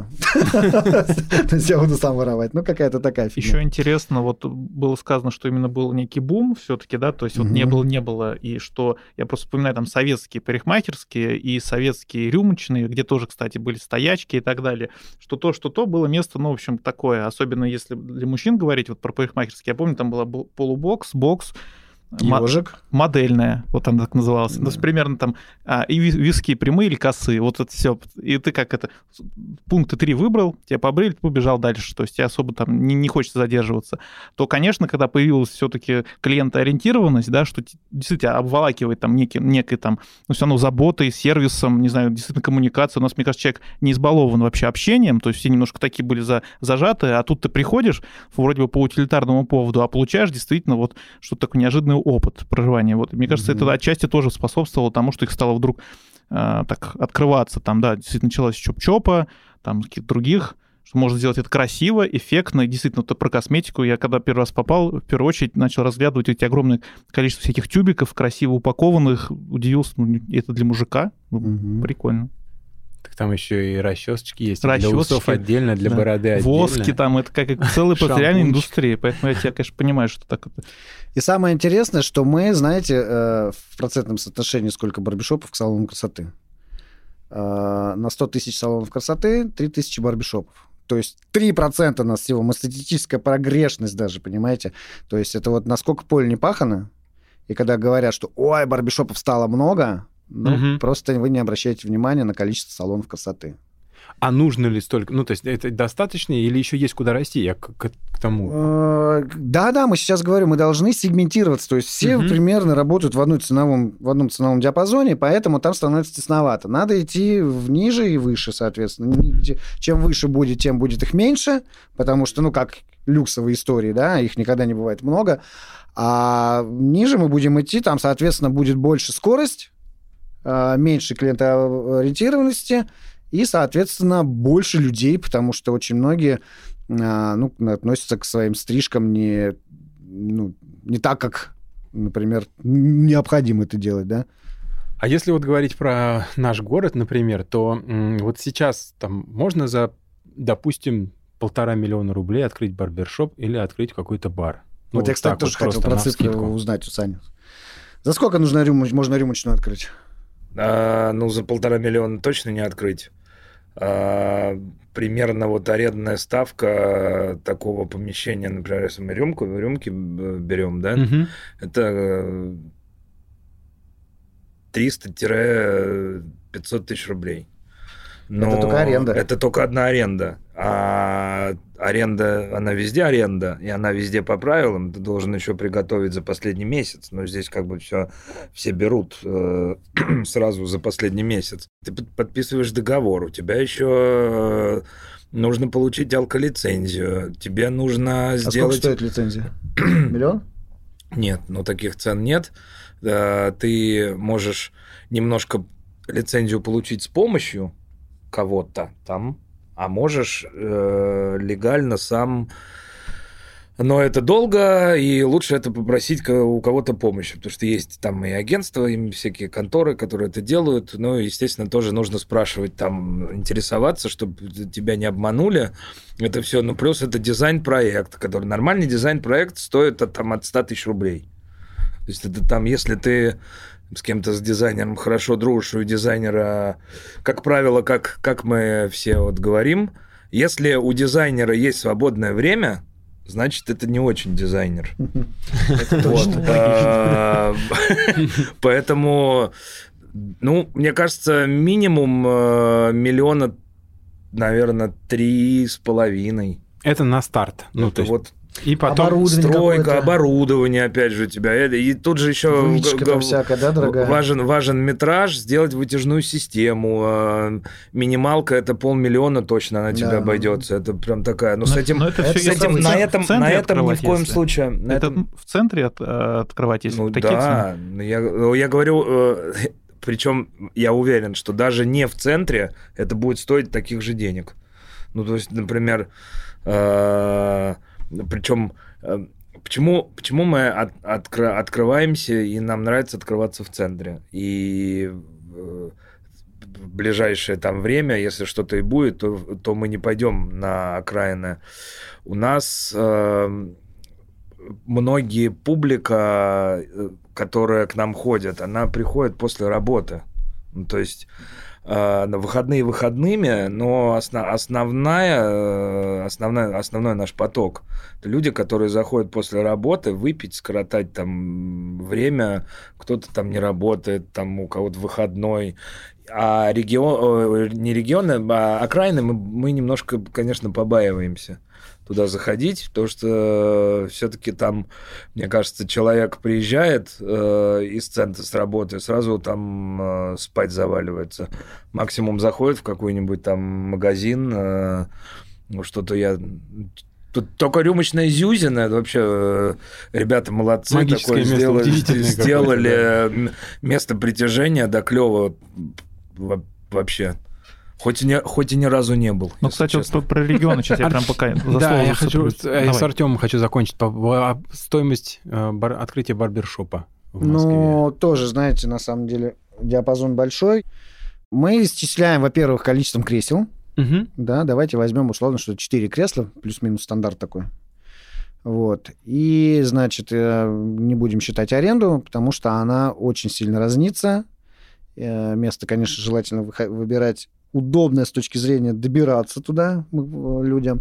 То есть я буду сам воровать. Ну, какая-то такая фигня. Еще интересно, вот было сказано, что именно был некий бум все-таки, да, то есть вот не Мгм. было, не было, и что, я просто вспоминаю там советские парикмахерские и советские рюмочные, где тоже, кстати, были стоячки и так далее, что то, что то было место, ну, в общем, такое, особенно если для мужчин говорить, вот про парикмахерские, я помню, там была бо- полубокс, бокс, ма- Ежик. модельная, вот она так называлась. Да. То есть примерно там а, и ви- виски прямые или косые, вот это все. И ты как это, пункты три выбрал, тебя побрили, ты побежал дальше, то есть тебе особо там не, не хочется задерживаться. То, конечно, когда появилась все-таки клиентоориентированность, да, что те- действительно обволакивает там некий, некой там, ну, все равно заботой, сервисом, не знаю, действительно коммуникацией. У нас, мне кажется, человек не избалован вообще общением, то есть все немножко такие были за, зажаты, а тут ты приходишь вроде бы по утилитарному поводу, а получаешь действительно вот что-то такое неожиданный опыт проживания. Вот. И мне кажется, Мгм. это отчасти тоже способствовало тому, что их стало вдруг а, так открываться. Там, да, действительно началось с Чоп-Чопа, там каких-то других, что можно сделать это красиво, эффектно. И действительно, это про косметику. Я когда первый раз попал, в первую очередь начал разглядывать эти огромное количество всяких тюбиков, красиво упакованных. Удивился, ну, это для мужика. Ну, Мгм. прикольно. Так там еще и расчесочки есть. Расчесочки, Для усов отдельно, для да. бороды отдельно. Воски там, это как целая просто реальная Шампунчик. индустрия. Поэтому я тебя, конечно, понимаю, что так это... И самое интересное, что мы, знаете, э, в процентном соотношении сколько барбершопов к салонам красоты. Э, На сто тысяч салонов красоты три тысячи барбершопов. То есть три процента нас всего, мы статистическая прогрешность даже, понимаете? То есть это вот насколько поле не пахано, и когда говорят, что ой, барбершопов стало много, ну, Мгм. просто вы не обращаете внимания на количество салонов красоты. А нужно ли столько? Ну, то есть это достаточно или еще есть куда расти? Я к, к- к тому. Э, Да-да, мы сейчас говорим, мы должны сегментироваться. То есть все Мгм. примерно работают в, одной ценовом, в одном ценовом диапазоне, поэтому там становится тесновато. Надо идти в ниже и выше, соответственно. Ни- Чем выше будет, тем будет их меньше, потому что, ну, как люксовые истории, да, их никогда не бывает много. А ниже мы будем идти, там, соответственно, будет больше скорость, э, меньше клиентоориентированности и, соответственно, больше людей, потому что очень многие а, ну, относятся к своим стрижкам не, ну, не так, как, например, необходимо это делать, да? А если вот говорить про наш город, например, то м, вот сейчас там можно за, допустим, полтора миллиона рублей открыть барбершоп или открыть какой-то бар. Ну, вот я, кстати, так тоже вот хотел просто про цифры навскидку. узнать у Сани. За сколько нужно рюмоч- можно рюмочную открыть? А, ну, за полтора миллиона точно не открыть. А, примерно вот арендная ставка такого помещения, например, если мы рюмку, рюмки б- берем, да, Мгм. это триста-пятьсот тысяч рублей. Но Это только аренда. Это только одна аренда. А аренда, она везде аренда, и она везде по правилам. Ты должен еще приготовить за последний месяц. Но здесь как бы все, все берут э, сразу за последний месяц. Ты под- подписываешь договор, у тебя еще нужно получить алколицензию. Тебе нужно А сколько сделать... стоит лицензия? Миллион? Нет, ну таких цен нет. Э, Ты можешь немножко лицензию получить с помощью кого-то там, а можешь э, легально сам Но это долго, и лучше это попросить у кого-то помощи, потому что есть там и агентства, и всякие конторы, которые это делают. Ну, естественно, тоже нужно спрашивать, там, интересоваться, чтобы тебя не обманули. Это все. Ну, плюс это дизайн-проект, который... Нормальный дизайн-проект стоит от, там, от ста тысяч рублей. То есть это там, если ты с кем-то, с дизайнером хорошо дружишь, у дизайнера, как правило, как, как мы все вот говорим, если у дизайнера есть свободное время... Значит, это не очень дизайнер. Поэтому, ну, мне кажется, минимум миллиона, наверное, три с половиной. Это на старт. Ну, то есть... Вот и потом стройка, оборудование, опять же, у тебя. И тут же еще Вычка всякая, да, дорогая? Важен, важен метраж, сделать вытяжную систему. Минималка это полмиллиона точно на тебя да. обойдется. Это прям такая. Но, но с этим, это с этим на этом, на этом ни в коем если. случае. На это этом... в центре от, открывать, если ну, такие да, цены? Я, я говорю, причем я уверен, что даже не в центре это будет стоить таких же денег. Ну, то есть, например, причем, почему, почему мы от, откро, открываемся, и нам нравится открываться в центре. И в ближайшее там время, если что-то и будет, то, то мы не пойдем на окраины. У нас э, многие публика, которая к нам ходит, она приходит после работы. Ну, то есть... на выходные выходными, но основ, основная, основная, основной наш поток – это люди, которые заходят после работы выпить, скоротать там время, кто-то там не работает, там у кого-то выходной. А регион, не регионы, а окраины мы, мы немножко, конечно, побаиваемся туда заходить, потому что все-таки там, мне кажется, человек приезжает э, из центра с работы, сразу там э, спать заваливается. Максимум заходит в какой-нибудь там магазин, э, ну, что-то я... Тут только рюмочная Зюзина, это вообще э, ребята молодцы. Магическое такое место, сделали, сделали да. место притяжения, да, клево вообще. Хоть и, не, хоть и ни разу не был. Ну, кстати, вот тут про регионы сейчас я прям пока за Да, я хочу, Давай. с Артемом хочу закончить. Стоимость открытия барбершопа в Москве. Ну, тоже, знаете, на самом деле диапазон большой. Мы исчисляем, во-первых, количеством кресел. Угу. Да, давайте возьмем условно, что четыре кресла, плюс-минус стандарт такой. Вот. И, значит, не будем считать аренду, потому что она очень сильно разнится. Место, конечно, желательно выбирать удобное с точки зрения добираться туда людям.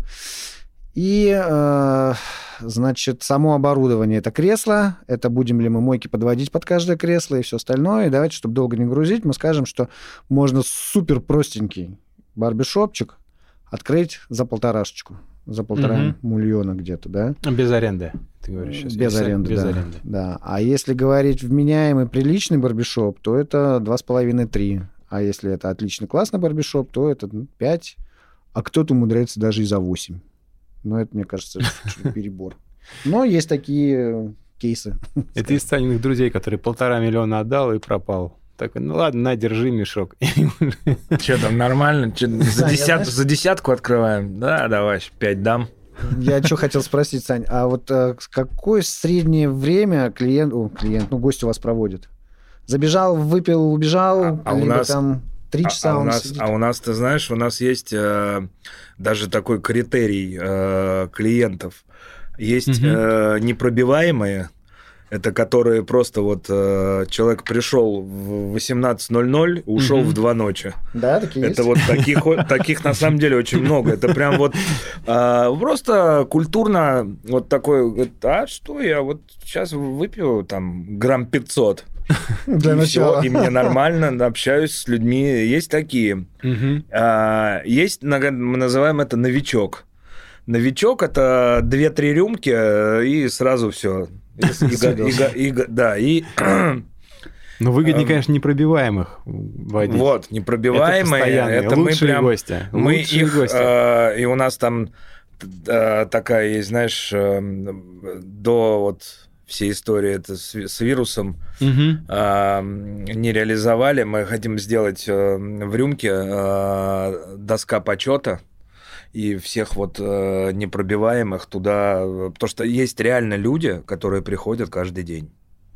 И, э, значит, само оборудование – это кресло, это будем ли мы мойки подводить под каждое кресло и все остальное. И давайте, чтобы долго не грузить, мы скажем, что можно супер простенький барбершопчик открыть за полторашечку, за полтора угу. миллиона где-то, да? Без аренды, ты говоришь сейчас. Без аренды, без да, аренды. Да. А если говорить вменяемый, приличный барбершоп, то это два с половиной - три. А если это отличный, классный барбершоп, то это пять, а кто-то умудряется даже и за восемь. Но это, мне кажется, перебор. Но есть такие кейсы. Это из Саниных друзей, который полтора миллиона отдал и пропал. Такой, ну ладно, на, держи мешок. Что там, нормально? Че, за, десят, за десятку открываем? Да, давай, пять дам. Я что хотел спросить, Сань, а вот а, какое среднее время клиент, о, клиент, ну, гость у вас проводит? Забежал, выпил, убежал, а, а либо у нас, там три часа а, а он у нас, сидит? А у нас, ты знаешь, у нас есть э, даже такой критерий э, клиентов. Есть угу. э, непробиваемые, это которые просто вот э, человек пришел в восемнадцать ноль ноль, ушел угу. в два ночи. Да, такие Это есть? вот таких, таких на самом деле очень много. Это прям вот э, просто культурно вот такой, говорит, а что я вот сейчас выпью там грамм пятьсот. Для и начала. Все, и мне нормально, общаюсь с людьми. Есть такие. Угу. А, есть, мы называем это новичок. Новичок – это две-три рюмки, и сразу все. Да, и... Но выгоднее, конечно, непробиваемых водить. Вот, непробиваемые. Это, это лучшие мы прям, гости. Мы лучшие их, гости. Э, и у нас там э, такая есть, знаешь, э, до вот всей истории это с, с вирусом угу. э, не реализовали. Мы хотим сделать э, в рюмке э, доска почета. и всех вот э, непробиваемых туда, потому что есть реально люди, которые приходят каждый день.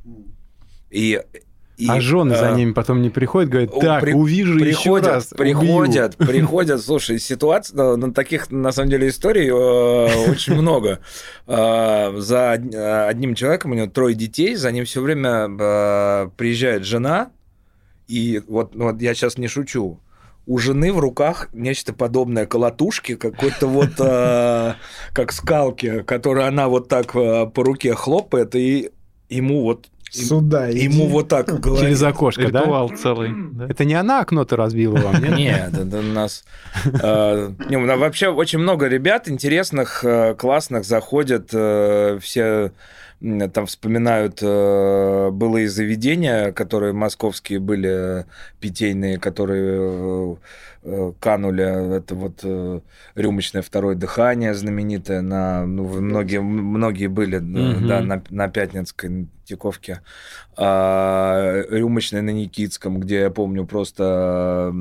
И, и, а жены э, за ними потом не приходят, говорят, так, при, увижу приходят, еще раз, приходят, убью. приходят, слушай, ситуаций, на таких, на самом деле, историй э, очень много. Э, за одним человеком, у него трое детей, за ним все время э, приезжает жена, и вот, вот я сейчас не шучу, у жены в руках нечто подобное колотушке, какой-то вот э, как скалки, которую она вот так э, по руке хлопает, и ему вот Сюда ему иди. вот так говорит. Через окошко, Ритуал да? целый. Да? Это не она окно-то разбила вам, нет? Нет, это у нас... э, не, у нас вообще очень много ребят интересных, э, классных, заходят, э, все м, там вспоминают э, былые заведения, которые московские были, питейные, которые э, э, канули. Это вот э, рюмочное второе дыхание знаменитое. На, ну, многие, многие были Мгм. да, на, на Пятницкой, на Третьяковке. А, рюмочное на Никитском, где, я помню, просто...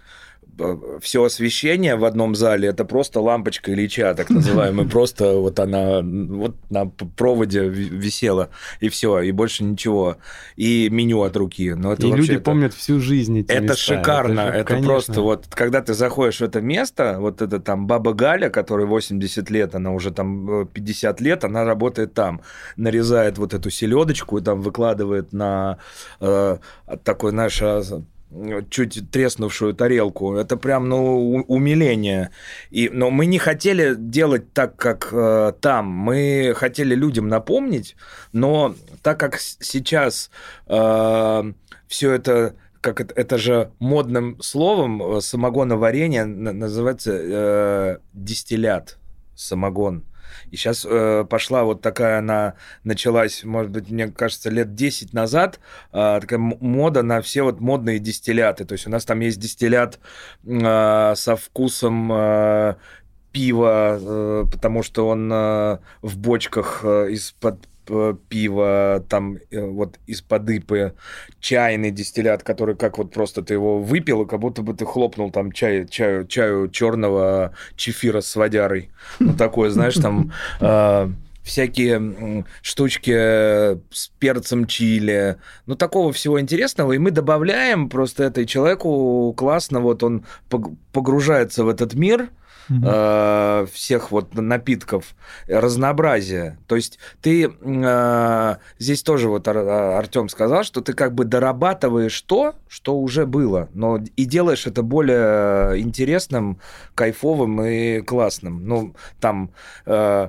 все освещение в одном зале, это просто лампочка Ильича, так называемая, просто вот она вот на проводе висела, и все, и больше ничего. И меню от руки. Но это И вообще люди это... помнят всю жизнь эти Это места. шикарно, же, это конечно. просто вот, когда ты заходишь в это место, вот это там баба Галя, которой восемьдесят лет, она уже там пятьдесят лет, она работает там, нарезает вот эту селедочку и там выкладывает на э, такой, знаешь, чуть треснувшую тарелку. Это прям, ну, умиление. И, но мы не хотели делать так, как э, там. Мы хотели людям напомнить, но так как сейчас э, все это, как это, это же модным словом самогоноварение называется э, дистиллят, самогон. И сейчас э, пошла вот такая, она началась, может быть, мне кажется, лет десять назад, э, такая мода на все вот модные дистилляты. То есть у нас там есть дистиллят э, со вкусом э, пива, э, потому что он э, в бочках э, из-под пива, там вот из-под ипы, чайный дистиллят, который как вот просто ты его выпил, и как будто бы ты хлопнул там чай, чаю, чаю черного чефира с водярой. Ну, такое, знаешь, там э, всякие штучки с перцем чили. Ну, такого всего интересного. И мы добавляем просто это, и человеку классно, вот он погружается в этот мир, Uh-huh. всех вот напитков, разнообразие. То есть ты э, здесь тоже вот Артём сказал, что ты как бы дорабатываешь то, что уже было, но и делаешь это более интересным, кайфовым и классным. Ну, там э,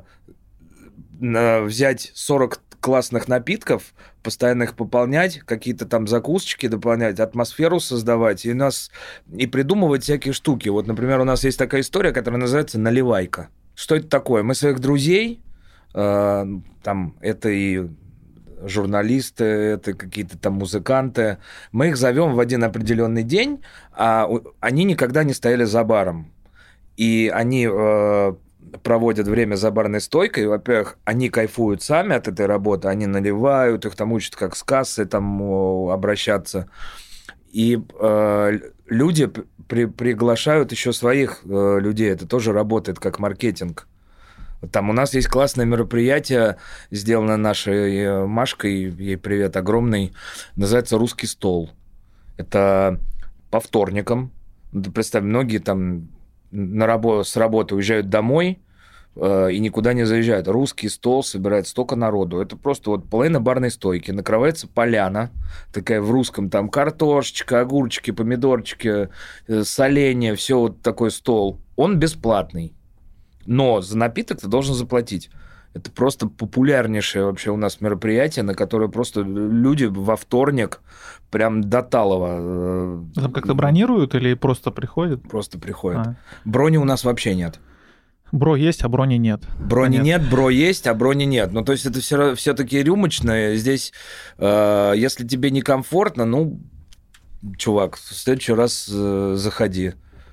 взять сорок классных напитков, постоянно их пополнять, какие-то там закусочки дополнять, атмосферу создавать, и нас и придумывать всякие штуки. Вот, например, у нас есть такая история, которая называется «Наливайка». Что это такое? Мы своих друзей, э, там, это и журналисты, это какие-то там музыканты, мы их зовем в один определенный день, а они никогда не стояли за баром. И они... Э, проводят время за барной стойкой, во-первых, они кайфуют сами от этой работы, они наливают, их там учат, как с кассой там обращаться. И э, люди при, приглашают еще своих э, людей, это тоже работает как маркетинг. Там у нас есть классное мероприятие, сделано нашей Машкой, ей привет огромный, называется «Русский стол». Это по вторникам. Ты представь, многие там на рабо- с работы уезжают домой э, и никуда не заезжают. Русский стол собирает столько народу. Это просто вот половина барной стойки. Накрывается поляна, такая в русском, там картошечка, огурчики, помидорчики, э, соленья, все вот такой стол. Он бесплатный. Но за напиток ты должен заплатить. Это просто популярнейшее вообще у нас мероприятие, на которое просто люди во вторник прям до талого. Там как-то бронируют или просто приходят? Просто приходят. А. Брони у нас вообще нет. Бро есть, а брони нет. Брони Понятно. нет, бро есть, а брони нет. Ну, то есть это все, все-таки рюмочное. Здесь, э, если тебе некомфортно, ну, чувак, в следующий раз э, заходи.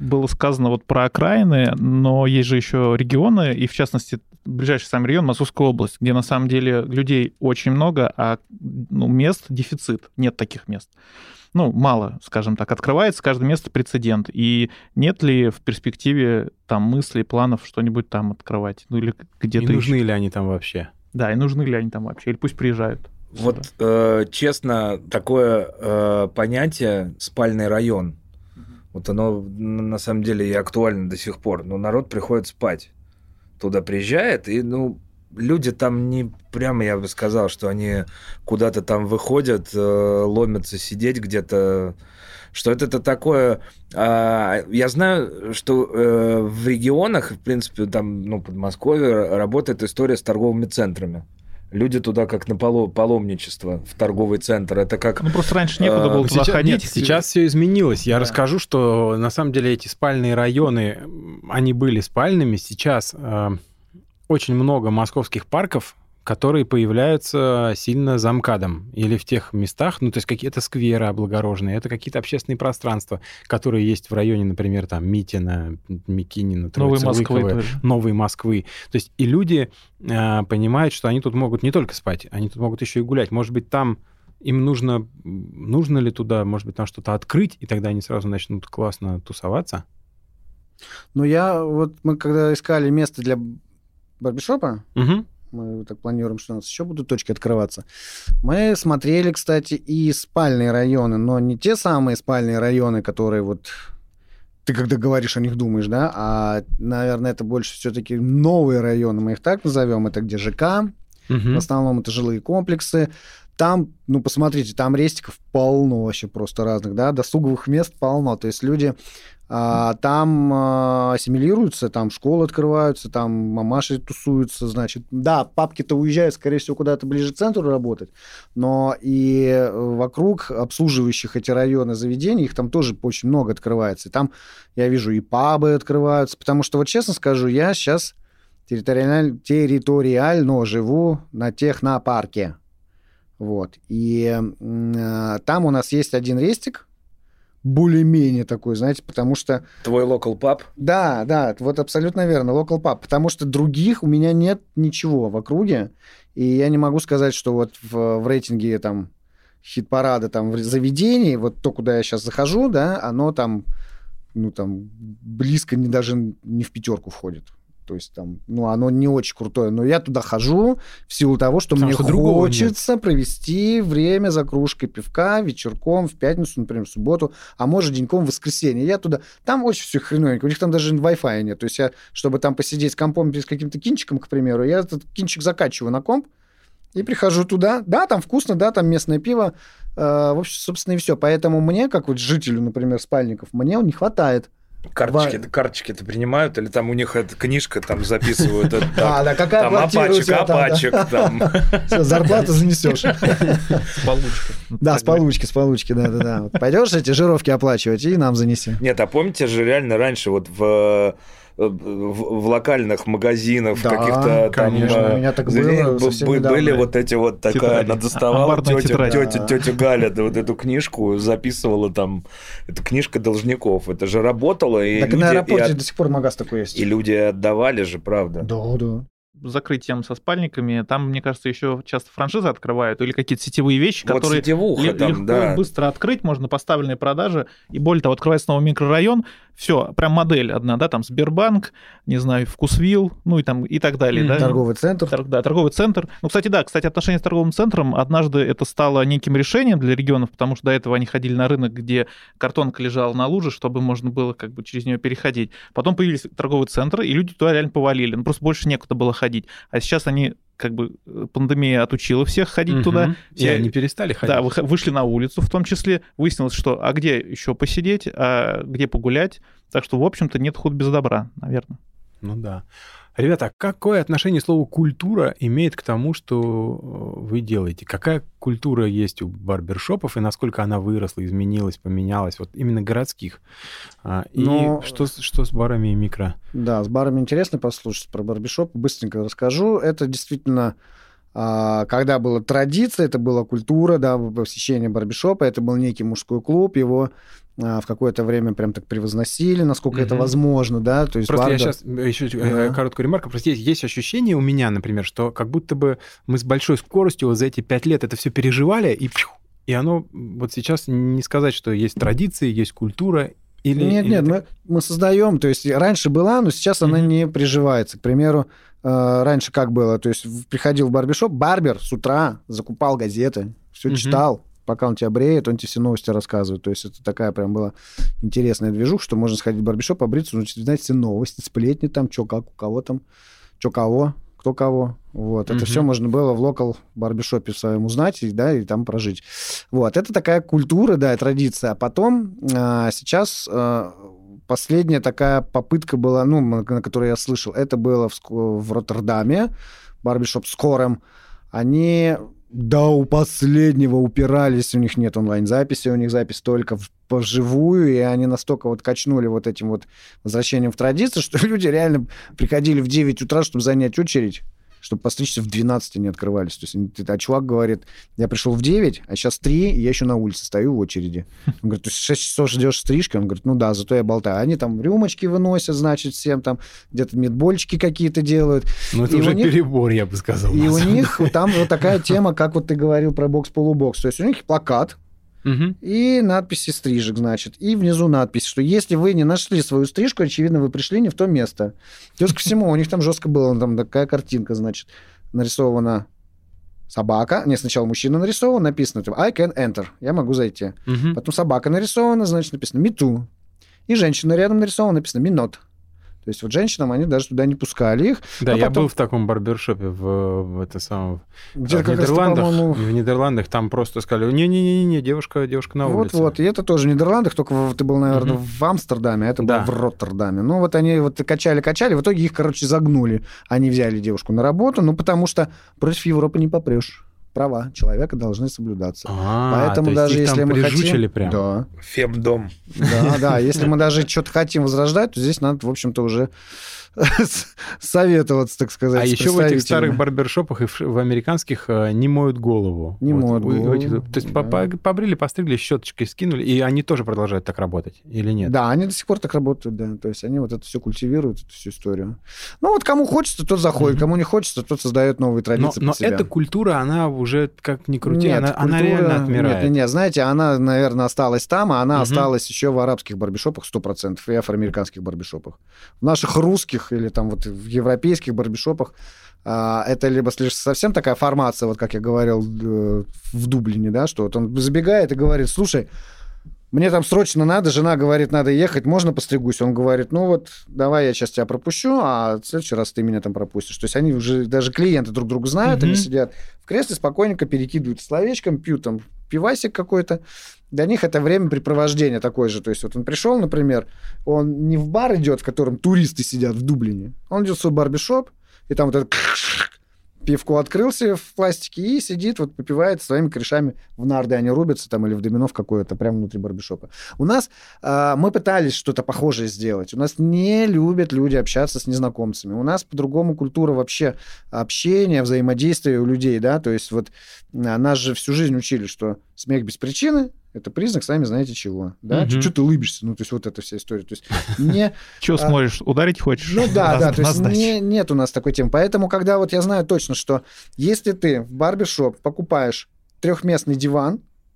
было сказано вот про окраины, но есть же еще регионы, и в частности ближайший сам регион Московская область, где на самом деле людей очень много, а ну, мест дефицит, нет таких мест. Ну, мало, скажем так, открывается каждое место прецедент. И нет ли в перспективе там мыслей, планов что-нибудь там открывать? Ну, или где-то И нужны еще? ли они там вообще? Да, и нужны ли они там вообще? Или пусть приезжают. Вот, э, честно, такое э, понятие «спальный район», вот оно на самом деле и актуально до сих пор. Но народ приходит спать. Туда приезжает, и, ну, люди там не прямо, я бы сказал, что они куда-то там выходят, э, ломятся сидеть где-то. Что это такое? Э, я знаю, что э, в регионах, в принципе, там, ну, Подмосковье, работает история с торговыми центрами. Люди туда как на поло- паломничество, в торговый центр. Это как... Ну, просто раньше некуда было Ну, туда сейчас, ходить. нет, сейчас все изменилось. Я Да. расскажу, что на самом деле эти спальные районы, они были спальными. Сейчас э, очень много московских парков, которые появляются сильно за МКАДом или в тех местах, ну, то есть какие-то скверы облагороженные, это какие-то общественные пространства, которые есть в районе, например, там, Митина, Микинина, Новой Троицы Москвы Лыковой, тоже. Новой Москвы. То есть и люди э, понимают, что они тут могут не только спать, они тут могут еще и гулять. Может быть, там им нужно, нужно ли туда, может быть, там что-то открыть, и тогда они сразу начнут классно тусоваться? Ну, я вот, мы когда искали место для барбершопа, Угу. мы так планируем, что у нас еще будут точки открываться. Мы смотрели, кстати, и спальные районы, но не те самые спальные районы, которые вот ты когда говоришь о них думаешь, да, а, наверное, это больше все-таки новые районы, мы их так назовем, это где ЖК, в основном это жилые комплексы. Там, ну, посмотрите, там рестиков полно вообще просто разных, да, досуговых мест полно. То есть люди а, там а, ассимилируются, там школы открываются, там мамаши тусуются, значит. Да, папки-то уезжают, скорее всего, куда-то ближе к центру работать, но и вокруг обслуживающих эти районы заведений, их там тоже очень много открывается. И там, я вижу, и пабы открываются, потому что, вот честно скажу, я сейчас территориально, территориально живу на технопарке. Вот. И э, там у нас есть один рестик, более-менее такой, знаете, потому что... Твой local pub? Да, да, вот абсолютно верно, local pub, потому что других у меня нет ничего в округе, и я не могу сказать, что вот в, в рейтинге там хит-парада там в заведении, вот то, куда я сейчас захожу, да, оно там, ну, там близко не, даже не в пятерку входит. То есть там, ну, оно не очень крутое, но я туда хожу в силу того, что Потому мне что другого хочется провести время за кружкой пивка вечерком, в пятницу, например, в субботу, а может, деньком в воскресенье. Я туда... Там очень все хреновенько, у них там даже Wi-Fi нет. То есть я, чтобы там посидеть с компом с каким-то кинчиком, к примеру, я этот кинчик закачиваю на комп и прихожу туда. Да, там вкусно, да, там местное пиво. Э, в общем, собственно, и все. Поэтому мне, как вот жителю, например, спальников, мне не хватает. Карточки, Ва- карточки-то принимают? Или там у них эта книжка, там записывают? это так, А, да, какая Там квартира у опачек, тебя там, да? опачек, там. Всё, зарплату занесешь. С получкой. Да, с получки, с получки, да-да-да. Вот пойдешь эти жировки оплачивать и нам занеси. Нет, а помните же реально раньше вот в, в, в локальных магазинах, в Да, каких-то там... конечно, э, у меня так заведениях было б- совсем б- недавно. были вот эти вот такая, Тетради. она доставала Амбарная тетя, тетрадь. тетя, Да. тетя Галя да, вот эту книжку, записывала там, это книжка должников, это же работало, и Так люди, на и, аэропорте от- до сих пор магаз такой есть. и люди отдавали же, правда. Да, да. Закрыть тему со спальниками. Там, мне кажется, еще часто франшизы открывают или какие-то сетевые вещи, Вот которые сетевуха ле- там, легко да. и быстро открыть, можно поставленные продажи. И более того, открывается новый микрорайон, все, прям модель одна, да, там Сбербанк, не знаю, Вкусвилл, ну и там и так далее, да. Торговый центр. Тор- Да, торговый центр. Ну, кстати, да, кстати, отношения с торговым центром однажды это стало неким решением для регионов, потому что до этого они ходили на рынок, где картонка лежала на луже, чтобы можно было как бы через нее переходить. Потом появились торговые центры, и люди туда реально повалили. Ну, просто больше некуда было ходить. А сейчас они, как бы, пандемия отучила всех ходить Мгм. туда. И Все- они перестали ходить. Да, вых- вышли на улицу в том числе. Выяснилось, что а где еще посидеть, а где погулять. Так что, в общем-то, нет худа без добра, наверное. Ну да. Ребята, а какое отношение слово «культура» имеет к тому, что э, вы делаете? Какая культура есть у барбершопов и насколько она выросла, изменилась, поменялась, вот именно городских? А, и Но- что, с- что с барами и микро? Да, с барами интересно послушать про барбершоп. Быстренько расскажу. Это действительно А, когда была традиция, это была культура, да, посещение барбершопа, это был некий мужской клуб, его в какое-то время прям так превозносили, насколько mm-hmm. это возможно, да, то есть Просто барбер... я сейчас еще uh-huh. короткую ремарку. Просто есть, есть ощущение у меня, например, что как будто бы мы с большой скоростью вот за эти пять лет это все переживали, и, и оно вот сейчас не сказать, что есть традиции, есть культура, или... Нет, или нет, это... мы, мы создаем, то есть раньше была, но сейчас mm-hmm. она не приживается. К примеру, э, раньше как было, то есть приходил в барбершоп, барбер с утра закупал газеты, все mm-hmm. читал, пока он тебя бреет, он тебе все новости рассказывает. То есть это такая прям была интересная движуха, что можно сходить в барбершоп, побриться, узнать все новости, сплетни там, что как, у кого там, что кого, кто кого. Вот. Mm-hmm. Это все можно было в локал барбершопе в своем узнать, и, да, и там прожить. Вот. Это такая культура, да, традиция. А потом а, сейчас а, последняя такая попытка была, ну, на которой я слышал, это было в, в Роттердаме, барбершоп Скорем. Они... Да, у последнего упирались, у них нет онлайн-записи, у них запись только вживую, и они настолько вот качнули вот этим вот возвращением в традицию, что люди реально приходили в девять утра, чтобы занять очередь, чтобы постричься в двенадцать не открывались. То есть, а чувак говорит, я пришел в девять, а сейчас три, и я еще на улице стою в очереди. Он говорит, ты шесть часов ждешь стрижки? Он говорит, ну да, зато я болтаю. Они там рюмочки выносят, значит, всем там где-то медбольчики какие-то делают. Ну это и уже них... перебор, я бы сказал. И у них там вот такая тема, как вот ты говорил про бокс-полубокс. То есть у них плакат, Угу. и надписи стрижек, значит. И внизу надпись, что если вы не нашли свою стрижку, очевидно, вы пришли не в то место. Плюс ко всему, у них там жестко было, там такая картинка, значит, нарисована собака. Не, сначала мужчина нарисован, написано там I can enter, я могу зайти. Угу. Потом собака нарисована, значит, написано me too. И женщина рядом нарисована, написано me not. То есть вот женщинам они даже туда не пускали их. Да, а я потом... был в таком барбершопе в, в, это самое, Где в Нидерландах. В Нидерландах там просто сказали, не-не-не, девушка, девушка на улице. Вот-вот, и это тоже в Нидерландах, только ты был, наверное, угу. в Амстердаме, а это да. был в Роттердаме. Ну вот они вот качали-качали, в итоге их, короче, загнули. Они взяли девушку на работу, ну потому что против Европы не попрешь. Права человека должны соблюдаться. А, Поэтому то даже есть если там мы хотим... прям. Да. Фемдом. Да, да. Если мы даже что-то хотим возрождать, то здесь надо, в общем-то, уже советоваться, так сказать. А еще в этих старых барбершопах и в, в американских не моют голову. Не вот, моют голову. Этих, то есть да. побрили, постригли, щеточкой скинули, и они тоже продолжают так работать, или нет? Да, они до сих пор так работают, да. То есть они вот это все культивируют, эту всю историю. Ну вот кому хочется, тот заходит, mm-hmm. кому не хочется, тот создает новые традиции. Но, но себя. эта культура, она уже, как ни крути, нет, она, культура, она реально отмирает. Нет, нет, знаете, она, наверное, осталась там, а она mm-hmm. осталась еще в арабских барбершопах сто процентов и афроамериканских барбершопах. В наших русских или там вот в европейских барбершопах а, это либо совсем такая формация, вот как я говорил в Дублине, да, что вот он забегает и говорит, слушай, мне там срочно надо, жена говорит, надо ехать, можно постригусь? Он говорит, ну вот, давай я сейчас тебя пропущу, а в следующий раз ты меня там пропустишь. То есть они уже, даже клиенты друг друга знают, mm-hmm. они сидят в кресле, спокойненько перекидывают словечком, пьют там пивасик какой-то. Для них это времяпрепровождение такое же. То есть вот он пришел, например, он не в бар идет, в котором туристы сидят в Дублине, он идет в свой барбершоп, и там вот этот пивко открылся в пластике и сидит, вот попивает своими корешами в нарды, они рубятся там или в домино в какое-то, прямо внутри барбершопа. У нас э, мы пытались что-то похожее сделать. У нас не любят люди общаться с незнакомцами. У нас по-другому культура вообще общения, взаимодействия у людей, да, то есть вот нас же всю жизнь учили, что смех без причины — это признак, сами знаете чего. Да? Угу. Что ты улыбишься? Ну, то есть вот эта вся история. То есть не... Что смотришь, ударить хочешь? Ну да, да, то есть не, нет у нас такой темы. Поэтому, когда вот я знаю точно, что если ты в барбершоп покупаешь трехместный диван,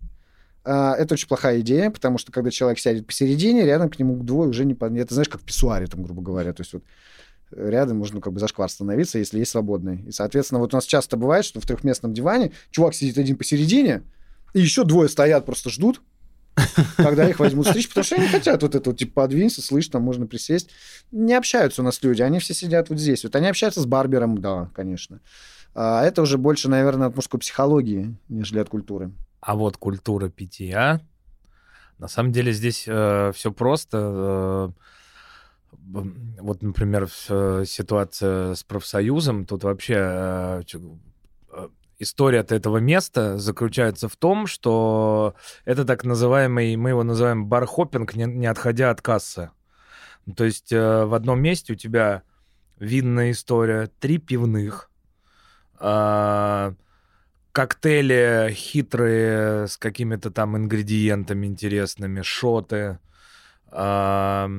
это очень плохая идея, потому что когда человек сядет посередине, рядом к нему двое уже не... Это знаешь, как в писсуаре, там, грубо говоря. То есть вот рядом можно как бы за шквар становиться, если есть свободный. И, соответственно, вот у нас часто бывает, что в трехместном диване чувак сидит один посередине, и еще двое стоят, просто ждут, когда их возьмут стричь, потому что они хотят вот это вот, типа, подвинься, слышь, там можно присесть. Не общаются у нас люди, они все сидят вот здесь. Вот они общаются с барбером, да, конечно. А это уже больше, наверное, от мужской психологии, нежели от культуры. А вот культура питья, на самом деле здесь э, все просто. Э, вот, например, ситуация с профсоюзом, тут вообще... Э, История-то этого места заключается в том, что это так называемый, мы его называем бар-хоппинг, не, не отходя от кассы. То есть э, в одном месте у тебя винная история, три пивных, э, коктейли хитрые с какими-то там ингредиентами интересными, шоты, э,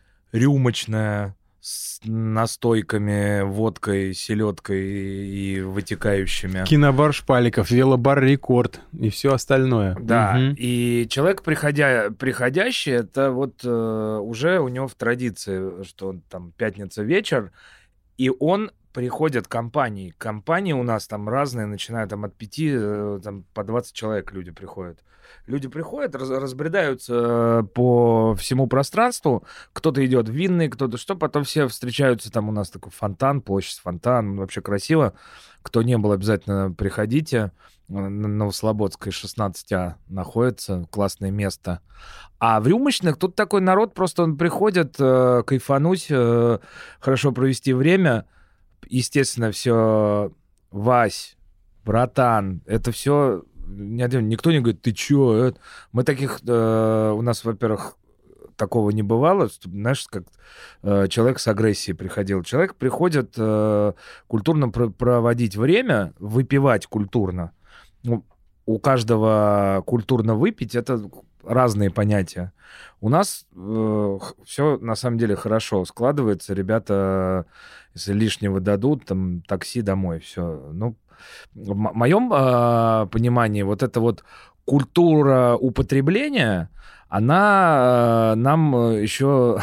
рюмочная с настойками, водкой, селедкой и вытекающими. Кинобар Шпаликов, велобар Рекорд и все остальное. Да, Мгм. и человек, приходя, приходящий, это вот э, уже у него в традиции, что он там пятница вечер, и он приходит компанией. Компании у нас там разные, начиная там от пяти, э, там по двадцать человек люди приходят. Люди приходят, раз- разбредаются э, по всему пространству. Кто-то идет в винный, кто-то что. Потом все встречаются. Там у нас такой фонтан, площадь фонтан. Вообще красиво. Кто не был, обязательно приходите. На Новослободской шестнадцать А находится. Классное место. А в рюмочных тут такой народ, просто он приходит э, кайфануть, э, хорошо провести время. Естественно, все Вась, братан, это все... Никто не говорит, ты чё? Это... Мы таких... Э, у нас, во-первых, такого не бывало. Знаешь, как э, человек с агрессией приходил. Человек приходит э, культурно пр- проводить время, выпивать культурно. Ну, у каждого культурно выпить — это разные понятия. У нас э, все на самом деле хорошо складывается. Ребята, если лишнего дадут, там такси домой, все. Ну, в м- моем э, понимании вот эта вот культура употребления, она э, нам э, еще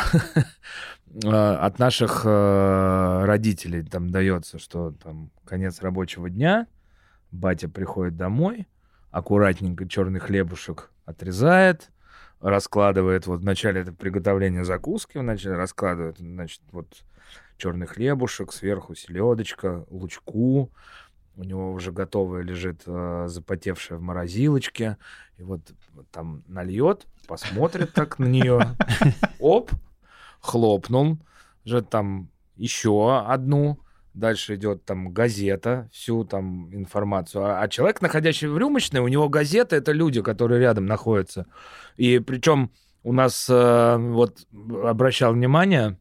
э, от наших э, родителей там дается, что там конец рабочего дня, батя приходит домой, аккуратненько черный хлебушек отрезает, раскладывает, вот в начале это приготовление закуски, вначале раскладывает, значит, вот черный хлебушек, сверху селедочка, лучку, у него уже готовая лежит, э, запотевшая в морозилочке, и вот, вот там нальет, посмотрит так на нее, оп, хлопнул, же там еще одну. Дальше идет там газета, всю там информацию. А, а человек, находящий в рюмочной, у него газета — это люди, которые рядом находятся. И причем у нас, э, вот, обращал внимание,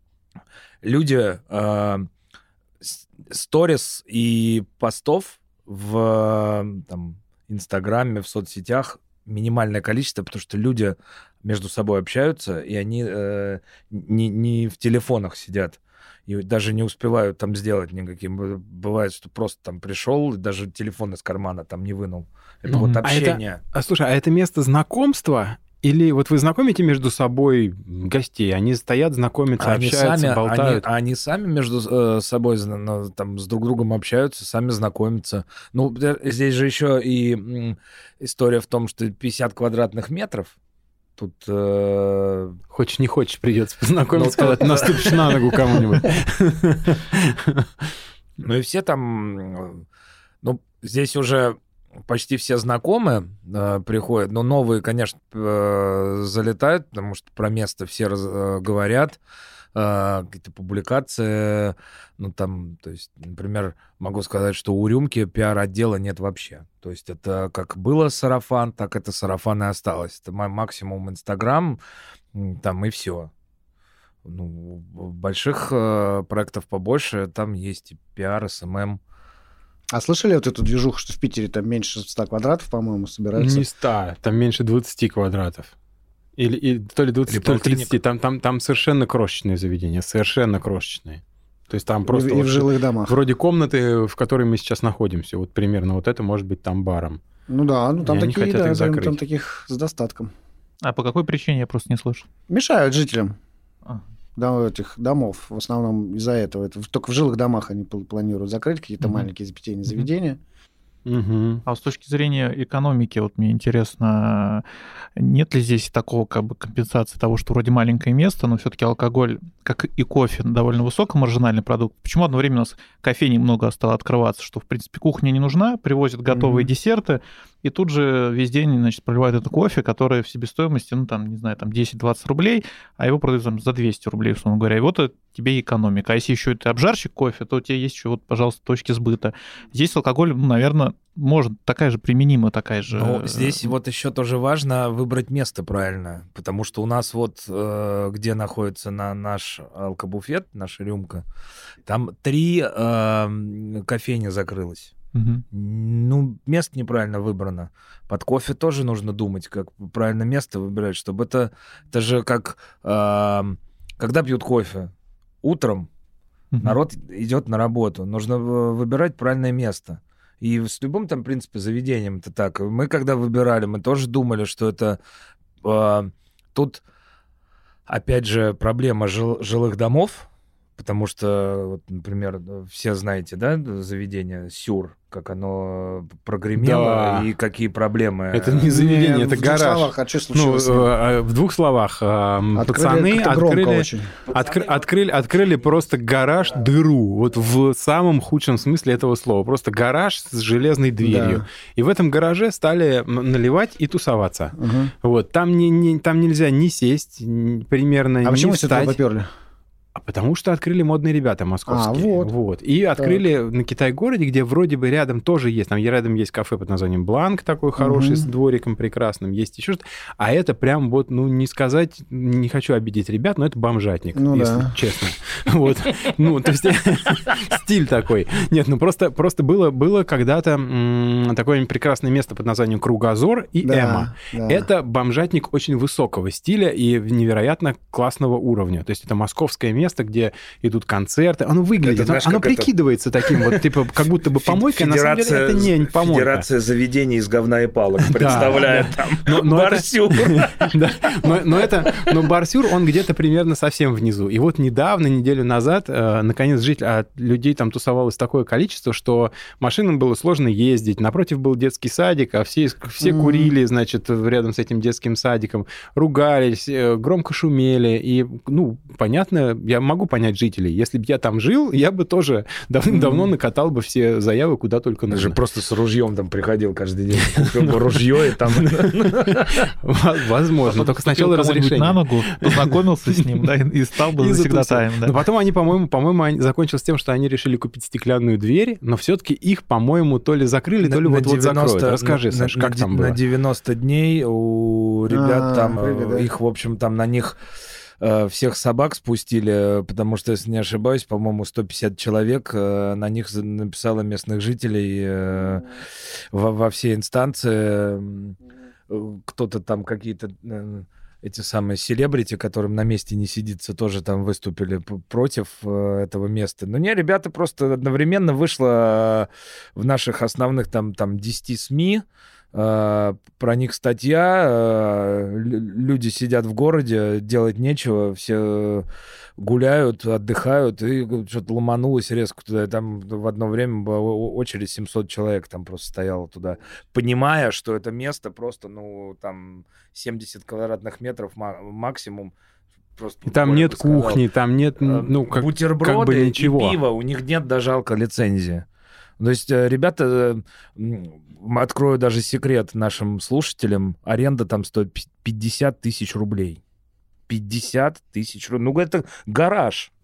люди э, с- сторис и постов в э, там, Инстаграме, в соцсетях минимальное количество, потому что люди между собой общаются, и они э, не, не в телефонах сидят. И даже не успевают там сделать никаким. Бывает, что просто там пришел, и даже телефон из кармана там не вынул. Это Мгм. вот А это- общение. А слушай, а это место знакомства? Или вот вы знакомите между собой гостей? Они стоят, знакомятся, Они общаются, сами, болтают? Они, они сами между э, собой зна- ну, там, с друг другом общаются, сами знакомятся. Ну, э, здесь же еще и м, история в том, что пятьдесят квадратных метров. Тут... э, Хочешь, не хочешь, придется познакомиться, Ну, когда ты наступишь на ногу кому-нибудь. Ну и все там... Ну, здесь уже почти все знакомые э, приходят, но новые, конечно, э, залетают, потому что про место все раз- э, говорят, э, какие-то публикации, ну там, то есть, например, могу сказать, что у Рюмки пиар-отдела нет вообще. То есть это как было сарафан, так это сарафан и осталось. Это ма- максимум Инстаграм, м, там и все. Ну, больших э, проектов побольше, там есть и пиар, эс эм эм. А слышали вот эту движуху, что в Питере там меньше ста квадратов, по-моему, собираются? Не ста, там меньше двадцати квадратов. Или, и, то ли двадцать, Или то ли полтинник. тридцать. Там, там, там совершенно крошечные заведения, совершенно крошечные. То есть там И, просто... и вот в жилых домах. вроде комнаты, в которой мы сейчас находимся, вот примерно вот это может быть там баром. Ну да, ну там И они такие, хотят да, их там, закрыть. там таких с достатком. А по какой причине, я просто не слышал? Мешают жителям А. да, этих домов, в основном из-за этого. Это только в жилых домах они пл- планируют закрыть какие-то Мгм. маленькие питейные Мгм. заведения. Мгм. А вот с точки зрения экономики, вот мне интересно, нет ли здесь такого как бы компенсации того, что вроде маленькое место, но все-таки алкоголь, как и кофе, довольно высокомаржинальный продукт. Почему одновременно у нас кофейни много стало открываться, что, в принципе, кухня не нужна, привозят готовые Мгм. десерты, и тут же весь день, значит, проливают это кофе, которое в себестоимости, ну, там, не знаю, там десять-двадцать рублей, а его продают там за двести рублей, условно говоря. И вот это тебе экономика. А если еще ты обжарщик кофе, то у тебя есть еще, вот, пожалуйста, точки сбыта. Здесь алкоголь, ну, наверное, может такая же применима, такая же... Ну, здесь вот еще тоже важно выбрать место правильно, потому что у нас вот, э, где находится на наш алкобуфет, наша рюмка, там три э, кофейни закрылось. Мгм. Ну, место неправильно выбрано. Под кофе тоже нужно думать, как правильно место выбирать, чтобы это... Это же как... э, когда пьют кофе? Утром Мгм. народ идет на работу. Нужно в- выбирать правильное место. И с любым там, в принципе, заведением это так. Мы когда выбирали, мы тоже думали, что это... э, тут, опять же, проблема жил- жилых домов, потому что, вот, например, все знаете, да, заведение Сюр, как оно прогремело Да. и какие проблемы. Это не заведение, Не, это в двух гараж. словах, а что Ну, случилось? э, в двух словах. э, Открыли Пацаны как-то громко открыли, очень. откры- открыли, открыли просто гараж, дыру. Вот в самом худшем смысле этого слова. Просто гараж с железной дверью. Да. И в этом гараже стали м, наливать и тусоваться. Мгм. Вот. Там, не, не- там нельзя ни сесть, ни- примерно, А ни почему все туда встать. поперли? А потому что открыли модные ребята московские. А, вот. И открыли на Китай-городе, где вроде бы рядом тоже есть. Там рядом есть кафе под названием «Бланк», такой хороший, Мгм. с двориком прекрасным. Есть еще что-то. А это прям вот, ну, не сказать, не хочу обидеть ребят, но это бомжатник, Ну если да. честно. Вот. Ну, то есть стиль такой. Нет, ну просто, просто было, было когда-то м, такое прекрасное место под названием «Кругозор» и Да, «Эма». да. Это бомжатник очень высокого стиля и невероятно классного уровня. То есть это московское место, где идут концерты. Оно выглядит, Это, знаешь, оно как это- прикидывается таким вот, типа, как будто бы помойка, а на самом деле это не помойка. Федерация заведений из говна и палок представляет там Но- но это- Барсюк. Да, но, но это, но Барсюр, он где-то примерно совсем внизу. И вот недавно, неделю назад, э, наконец, житель, а людей там тусовалось такое количество, что машинам было сложно ездить. Напротив был детский садик, а все, все Мгм. курили, значит, рядом с этим детским садиком, ругались, э, громко шумели. И, ну, понятно, я могу понять жителей. Если бы я там жил, я бы тоже давным-давно накатал бы все заявы куда только Ты же нужно. просто с ружьем там приходил каждый день. Купил бы ружье и там... Возможно, только сначала Купил кому-нибудь разрешение. на ногу, познакомился с ним, да, и и стал бы И завсегдатаем, затусил. да. Но потом они, по-моему, по-моему, они- закончилось тем, что они решили купить стеклянную дверь, но все-таки их, по-моему, то ли закрыли, то ли На вот-вот закроют. девяносто Расскажи, на- Саш, на- как на там де- было? На девяносто дней у ребят А, там, э, привет, да. их, в общем, там на них э, всех собак спустили, потому что, если не ошибаюсь, по-моему, сто пятьдесят человек э, на них за- написало местных жителей э, во, во все инстанции. М, э, Кто-то там какие-то... э, эти самые селебрити, которым на месте не сидится, тоже там выступили п- против э, этого места. Но не, ребята просто одновременно вышло э, в наших основных там, там десяти СМИ, э, про них статья, э, лю- люди сидят в городе, делать нечего, все гуляют, отдыхают, и что-то ломанулось резко туда. И там в одно время была о- очередь семьсот человек там просто стояло туда, понимая, что это место просто, ну, там семьдесят квадратных метров ма- максимум. Просто И там Коля нет бы сказал. кухни, там нет, Э, ну, как, бутерброды как бы ничего. и пиво, у них нет даже алколицензии. То есть э, ребята, э, м, открою даже секрет нашим слушателям, аренда там стоит пи- пятьдесят тысяч рублей. пятьдесят тысяч рублей. Ну, это гараж.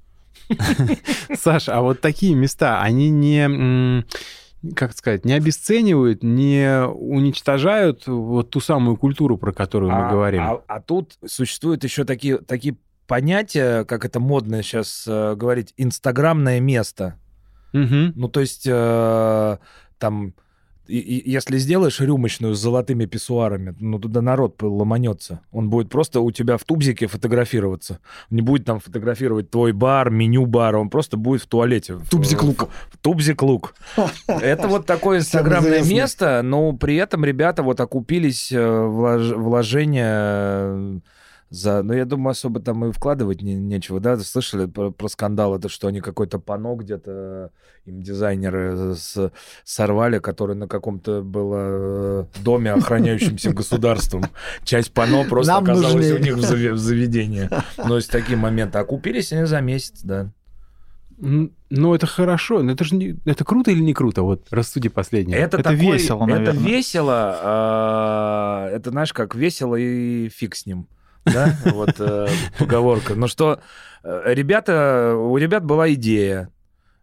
Саш, а вот такие места, они не, м, как сказать, не обесценивают, не уничтожают вот ту самую культуру, про которую мы а, говорим? А, а тут существуют еще такие, такие понятия, как это модно сейчас э, говорить, инстаграмное место. Мгм. Ну, то есть, э, там, и- и если сделаешь рюмочную с золотыми писсуарами, ну, туда народ ломанется. Он будет просто у тебя в тубзике фотографироваться. Не будет там фотографировать твой бар, меню бара, он просто будет в туалете. В- Тубзик-лук. в- Тубзик-лук. Это вот такое инстаграмное известно. место, но при этом ребята вот окупились э, влож- вложения за... Ну, я думаю, особо там и вкладывать не- нечего, да? Слышали про, про скандал, это что они какой-то панно где-то им дизайнеры с- сорвали, который на каком-то было э, доме, охраняющемся государством. Часть панно просто Нам оказалась нужнее. у них в заве- в заведении. Ну, есть такие моменты. Окупились они за месяц, да. М, Ну, это хорошо. Но это же не... Это круто или не круто? Вот рассуди последнее. Это, Это такой- весело, Это наверное. весело. а, Это, знаешь, как весело и фиг с ним. Да, вот э, поговорка. Ну что, э, ребята, у ребят была идея.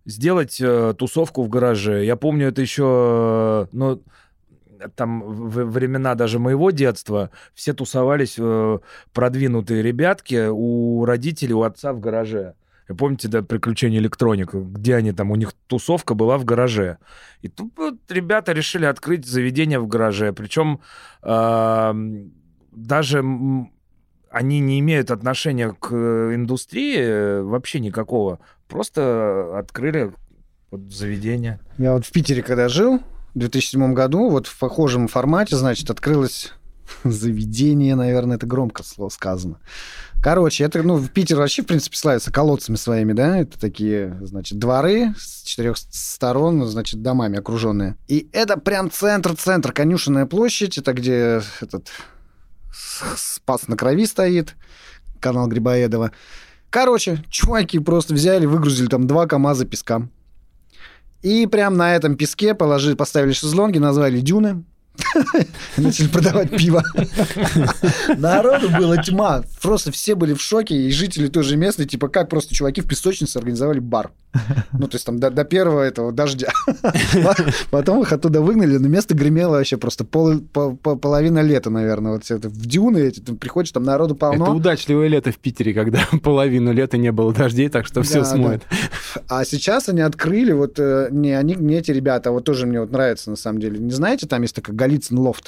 сделать э, тусовку в гараже. Я помню, это еще, ну, там в времена даже моего детства все тусовались, э, продвинутые ребятки у родителей, у отца в гараже. Вы помните, да, «Приключения электроника», где они там, у них тусовка была в гараже. И тут вот ребята решили открыть заведение в гараже. Причем э, даже они не имеют отношения к индустрии вообще никакого. Просто открыли вот заведение. Я вот в Питере, когда жил, в две тысячи седьмом году, вот в похожем формате, значит, открылось заведение, наверное, это громко слово сказано. Короче, это, ну, в Питере вообще, в принципе, славится колодцами своими, да, это такие, значит, дворы с четырех сторон, значит, домами окруженные. И это прям центр-центр, Конюшенная площадь, это где этот Спас на Крови стоит, канал Грибоедова. Короче, чуваки просто взяли, выгрузили там два КАМАЗа песка. И прям на этом песке положили, поставили шезлонги, назвали «Дюны». Начали продавать пиво. Народу была тьма. Просто все были в шоке, и жители тоже местные, типа, как просто чуваки в песочнице организовали бар. Ну, то есть там до, до первого этого дождя. Потом их оттуда выгнали, но место гремело вообще просто пол, пол, пол, половина лета, наверное. Вот все это в дюны эти, ты приходишь, там народу полно. Это удачливое лето в Питере, когда половину лета не было дождей, так что все да, смоет. Да. А сейчас они открыли, вот не они, не эти ребята, вот тоже мне вот нравится на самом деле. Не знаете, там есть такая Голицын лофт.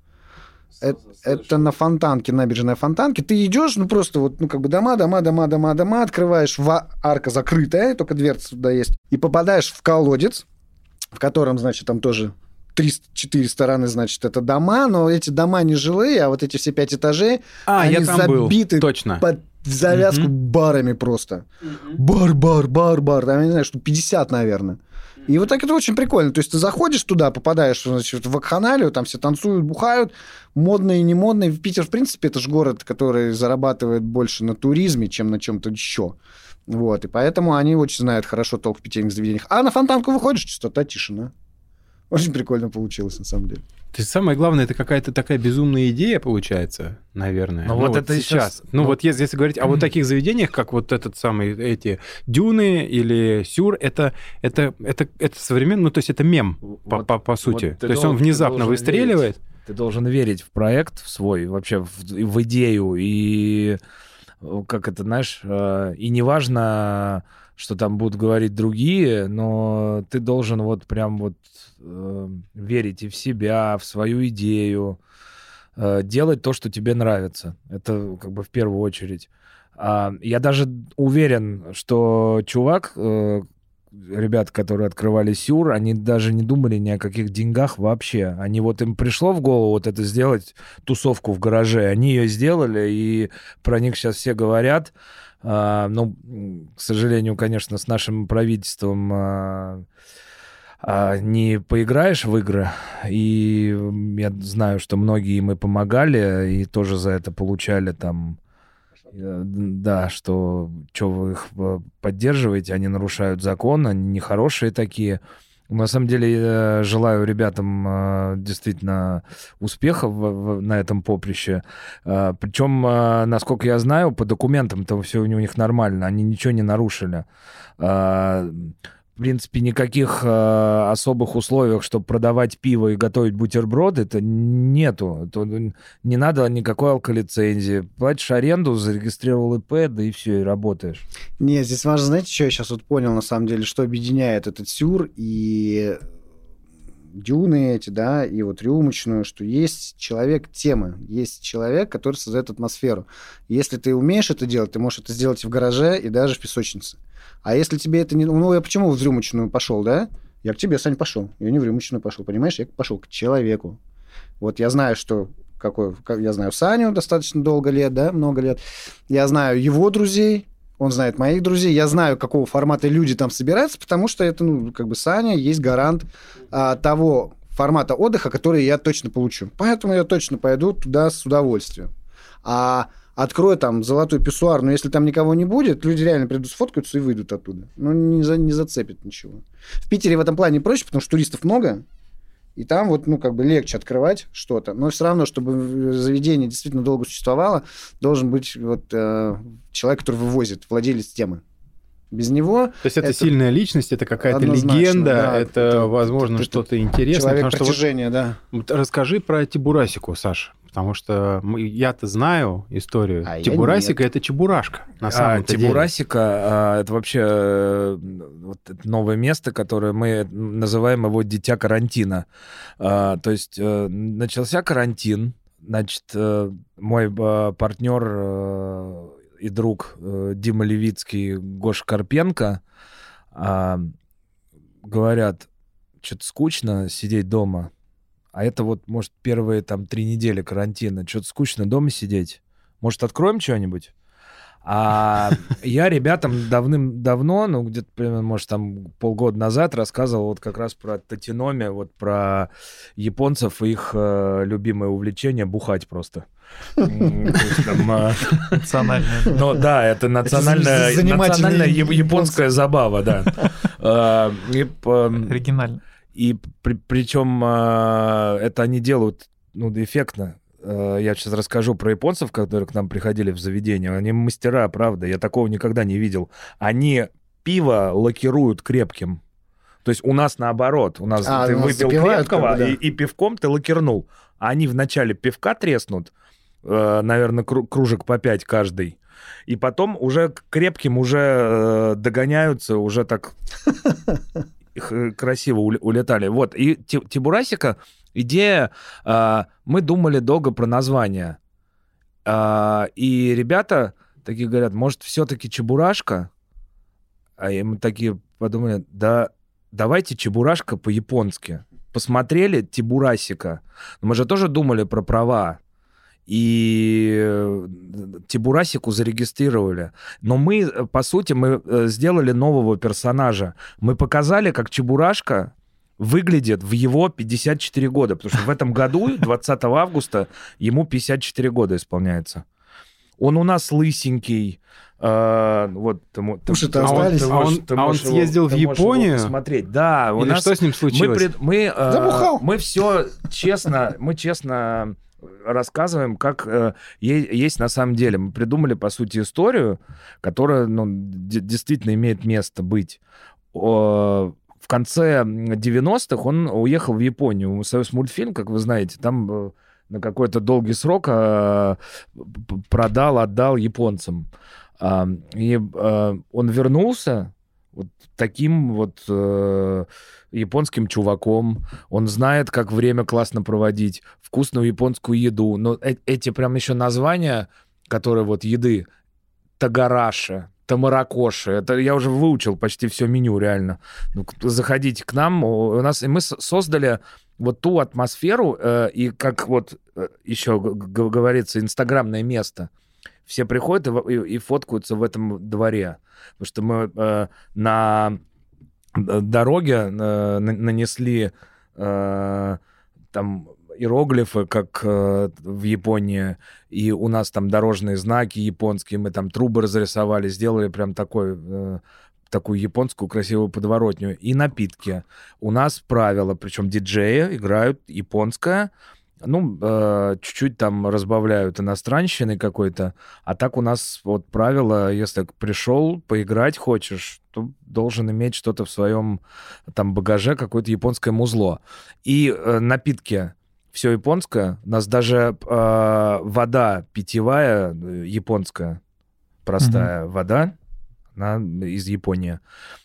Это, это на Фонтанке, набережной Фонтанке. Ты идешь, ну просто вот, ну как бы дома, дома, дома, дома, дома, открываешь, в арка закрытая, только дверца туда есть, и попадаешь в колодец, в котором, значит, там тоже три-четыре стороны, значит, это дома, но эти дома не жилые, а вот эти все пять этажей, а, они я там забиты был. Точно. Под завязку угу. барами просто. Угу. Бар, бар, бар, бар, там, я не знаю, что пятьдесят, наверное. И вот так это очень прикольно. То есть ты заходишь туда, попадаешь, значит, в вакханалию, там все танцуют, бухают, модные и не модные. В Питер, в принципе, это же город, который зарабатывает больше на туризме, чем на чем-то еще. Вот. И поэтому они очень знают хорошо толк в питейных заведениях. А на Фонтанку выходишь, чистота, тишина. Очень прикольно получилось, на самом деле. То есть самое главное, это какая-то такая безумная идея получается, наверное. Но ну, вот, вот это сейчас. сейчас. Ну, ну вот если, если говорить о вот таких заведениях, как вот этот самый, эти Дюны или Сюр, это, это, это, это современно, ну то есть это мем, вот, по, по, по сути. Вот то есть он внезапно выстреливает. Верить. Ты должен верить в проект в свой, вообще в, в идею, и как это, знаешь, и неважно, что там будут говорить другие, но ты должен вот прям вот э, верить и в себя, в свою идею, э, делать то, что тебе нравится. Это как бы в первую очередь. А, я даже уверен, что чувак, э, ребят, которые открывали Сюр, они даже не думали ни о каких деньгах вообще. Они вот им пришло в голову вот это сделать, тусовку в гараже. Они ее сделали, и про них сейчас все говорят. Uh, ну, к сожалению, конечно, с нашим правительством uh, uh, не поиграешь в игры. И я знаю, что многие им и помогали, и тоже за это получали там... Uh, да, что, что вы их поддерживаете, они нарушают закон, они нехорошие такие. На самом деле, я желаю ребятам э, действительно успехов в, в, на этом поприще. Э, причем, э, насколько я знаю, по документам-то все у них нормально, они ничего не нарушили. Э, в принципе, никаких э, особых условиях, чтобы продавать пиво и готовить бутерброды, это нету. Это, не надо никакой алколицензии. Платишь аренду, зарегистрировал ИП, да и все, и работаешь. Нет, здесь важно, знаете, что я сейчас вот понял, на самом деле, что объединяет этот Сюр и Дюны эти, да, и вот рюмочную, что есть человек темы, есть человек, который создает атмосферу. Если ты умеешь это делать, ты можешь это сделать и в гараже, и даже в песочнице. А если тебе это не... Ну, я почему в рюмочную пошел, да? Я к тебе, Сань, пошел. Я не в рюмочную пошел, понимаешь? Я пошел к человеку. Вот я знаю, что... Какой... Я знаю Саню достаточно долго лет, да, много лет. Я знаю его друзей, он знает моих друзей. Я знаю, какого формата люди там собираются, потому что это, ну, как бы Саня есть гарант а, того формата отдыха, который я точно получу. Поэтому я точно пойду туда с удовольствием. А открою там золотой писсуар, но если там никого не будет, люди реально придут, сфоткаются и выйдут оттуда. Ну, не, за, не зацепит ничего. В Питере в этом плане проще, потому что туристов много, и там вот, ну, как бы легче открывать что-то. Но все равно, чтобы заведение действительно долго существовало, должен быть вот э, человек, который вывозит, владелец темы. Без него... То есть это, это сильная личность, это какая-то легенда, да, это, это, возможно, это, что-то это интересное. Человек притяжения, вот, да. Вот расскажи про Тибурасику, Саша. Потому что мы, я-то знаю историю. А Тибурасика — это Чебурашка, на самом а, деле. Тибурасика а, — это вообще а, вот это новое место, которое мы называем его «Дитя карантина». А, то есть а, начался карантин, значит, а, мой а, партнер а, и друг а, Дима Левицкий, Гоша Карпенко а, говорят, что-то скучно сидеть дома. А это вот, может, первые там три недели карантина. Что-то скучно дома сидеть. Может, откроем что-нибудь? А я ребятам давным-давно, ну, где-то, примерно, может, там полгода назад рассказывал вот как раз про татиноми, вот про японцев и их э, любимое увлечение — бухать просто. Национальное. Ну, да, это национальная японская забава, да. Оригинально. И при, причем э, это они делают, ну, эффектно. Э, я сейчас расскажу про японцев, которые к нам приходили в заведение. Они мастера, правда. Я такого никогда не видел. Они пиво лакируют крепким. То есть у нас наоборот. У нас а, ты выпил крепкого, как бы, да. и, и пивком ты лакирнул. А они вначале пивка треснут, э, наверное, кру- кружек по пять каждый. И потом уже крепким уже э, догоняются, уже так... красиво улетали. Вот. И Тибурасика, идея... Э, мы думали долго про название. Э, и ребята такие говорят, может, все-таки Чебурашка? А мы такие подумали, да давайте Чебурашка по-японски. Посмотрели Тибурасика. Но мы же тоже думали про права. И Тибурасику зарегистрировали. Но мы, по сути, мы сделали нового персонажа. Мы показали, как Чебурашка выглядит в его пятьдесят четыре года. Потому что в этом году, двадцатого августа, ему пятьдесят четыре года исполняется. Он у нас лысенький. А, вот, ты, Уши-то ты, остались. Ты а можешь, он, ты а он съездил его, в Японию? Посмотреть. Да, у Или нас, что с ним случилось? Мы, мы, Забухал. мы все честно, мы честно рассказываем, как э, есть на самом деле. Мы придумали, по сути, историю, которая, ну, д- действительно имеет место быть. О, в конце девяностых он уехал в Японию. Союзмультфильм, как вы знаете, там э, на какой-то долгий срок э, продал, отдал японцам. Э, и э, он вернулся вот таким вот э, японским чуваком. Он знает, как время классно проводить, вкусную японскую еду. Но э- эти прям еще названия, которые вот еды, тагараши, тамаракоши, это я уже выучил почти все меню, реально. Ну, заходите к нам, у нас, и мы создали вот ту атмосферу, э, и как вот э, еще г- говорится, инстаграмное место. Все приходят и, и, и фоткаются в этом дворе. Потому что мы э, на дороге э, нанесли э, там иероглифы, как э, в Японии, и у нас там дорожные знаки японские, мы там трубы разрисовали, сделали прям такой... Э, такую японскую красивую подворотню. И напитки. У нас правила, причем диджеи играют японское, ну, э, чуть-чуть там разбавляют иностранщины какой-то, а так у нас вот правило, если пришел, поиграть хочешь, то должен иметь что-то в своем там багаже, какое-то японское музло. И э, напитки, все японское, у нас даже э, вода питьевая, японская, простая mm-hmm. вода, она из Японии.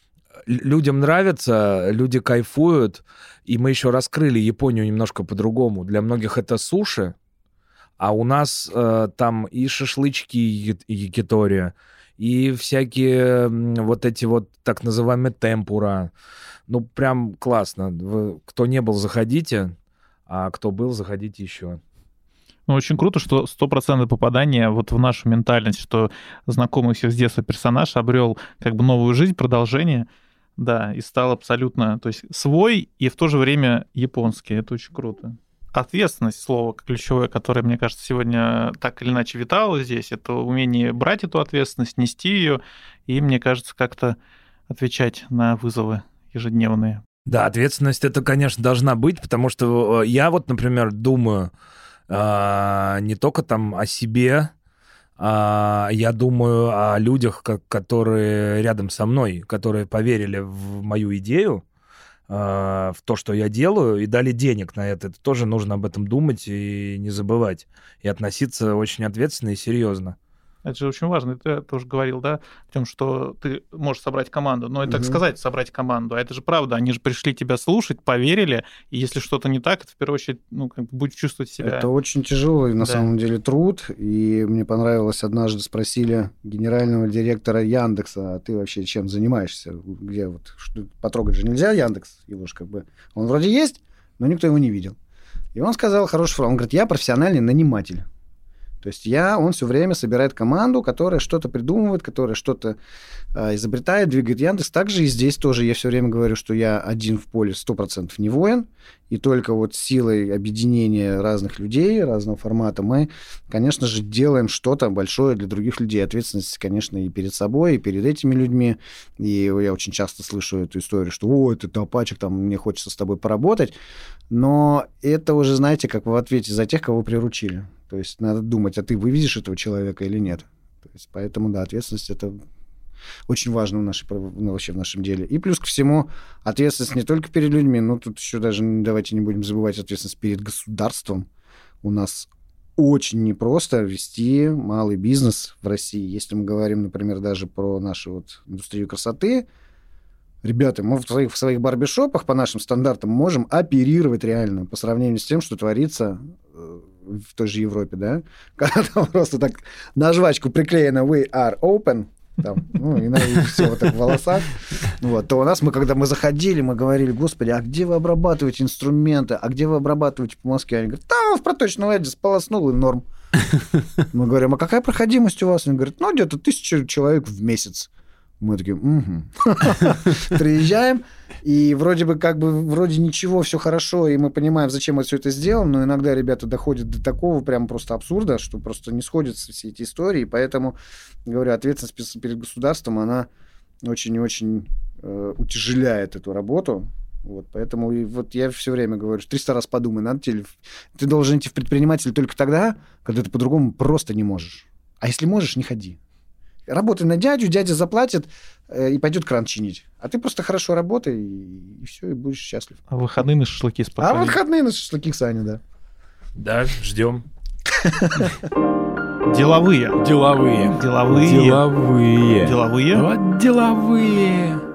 Людям нравится, люди кайфуют, и мы еще раскрыли Японию немножко по-другому. Для многих это суши, а у нас э, там и шашлычки якитори, и всякие вот эти вот так называемые темпура. Ну, прям классно. Вы, кто не был, заходите, а кто был, заходите еще. Ну, очень круто, что стопроцентное попадание вот в нашу ментальность, что знакомый всех с детства персонаж обрел как бы новую жизнь, продолжение, да, и стал абсолютно, то есть свой и в то же время японский. Это очень круто. Ответственность, слово ключевое, которое, мне кажется, сегодня так или иначе витало здесь, это умение брать эту ответственность, нести ее, и, мне кажется, как-то отвечать на вызовы ежедневные. Да, ответственность это, конечно, должна быть, потому что я вот, например, думаю, Uh, не только там о себе, А, я думаю о людях, как, которые рядом со мной, которые поверили в мою идею, а, в то, что я делаю, и дали денег на это. Это тоже нужно об этом думать и не забывать. И относиться очень ответственно и серьезно. Это же очень важно. Ты тоже говорил, да, о том, что ты можешь собрать команду. Но это, так Мгм. сказать, собрать команду. А это же правда. Они же пришли тебя слушать, поверили. И если что-то не так, это в первую очередь, ну, как бы будешь чувствовать себя... Это очень тяжелый, на Да. самом деле, труд. И мне понравилось, однажды спросили генерального директора Яндекса, а ты вообще чем занимаешься? Где вот? Что, потрогать же нельзя Яндекс? Его же как бы... Он вроде есть, но никто его не видел. И он сказал хорошую фразу. Он говорит, я профессиональный наниматель. То есть я, он все время собирает команду, которая что-то придумывает, которая что-то э, изобретает, двигает Яндекс. Также и здесь тоже я все время говорю, что я один в поле сто процентов не воин, и только вот силой объединения разных людей, разного формата мы, конечно же, делаем что-то большое для других людей. Ответственность, конечно, и перед собой, и перед этими людьми. И я очень часто слышу эту историю, что «Ой, ты топачек, там, мне хочется с тобой поработать». Но это уже, знаете, как в ответе за тех, кого приручили. То есть надо думать, а ты вывезешь этого человека или нет. То есть, поэтому, да, ответственность – это очень важно в нашей, ну, вообще в нашем деле. И плюс ко всему, ответственность не только перед людьми, но тут еще даже, давайте не будем забывать, ответственность перед государством. У нас очень непросто вести малый бизнес в России. Если мы говорим, например, даже про нашу вот индустрию красоты, ребята, мы в своих, в своих барбершопах по нашим стандартам можем оперировать реально по сравнению с тем, что творится в той же Европе, да? Когда там просто так на жвачку приклеено «We are open», там, ну, и, и все вот так в волосах. Вот. То у нас, мы, когда мы заходили, мы говорили, господи, а где вы обрабатываете инструменты? А где вы обрабатываете по Москве? Они говорят, там в проточном ладе сполоснул, и норм. Мы говорим, а какая проходимость у вас? Они говорят, ну, где-то тысяча человек в месяц. Мы такие, угу. Приезжаем, и вроде бы как бы вроде ничего, все хорошо, и мы понимаем, зачем мы все это сделаем, но иногда ребята доходят до такого прям просто абсурда, что просто не сходятся все эти истории, и поэтому, говорю, ответственность перед государством, она очень и очень э, утяжеляет эту работу. Вот, поэтому и вот я все время говорю, триста раз подумай, надо тебе... Ты должен идти в предприниматель только тогда, когда ты по-другому просто не можешь. А если можешь, не ходи. Работай на дядю, дядя заплатит э, и пойдет кран чинить. А ты просто хорошо работай, и, и все, и будешь счастлив. А выходные на шашлыки спокойно. А выходные на шашлыки, Саня, да. Да, ждем. Деловые. Деловые. Деловые. Деловые. Деловые. Вот деловые.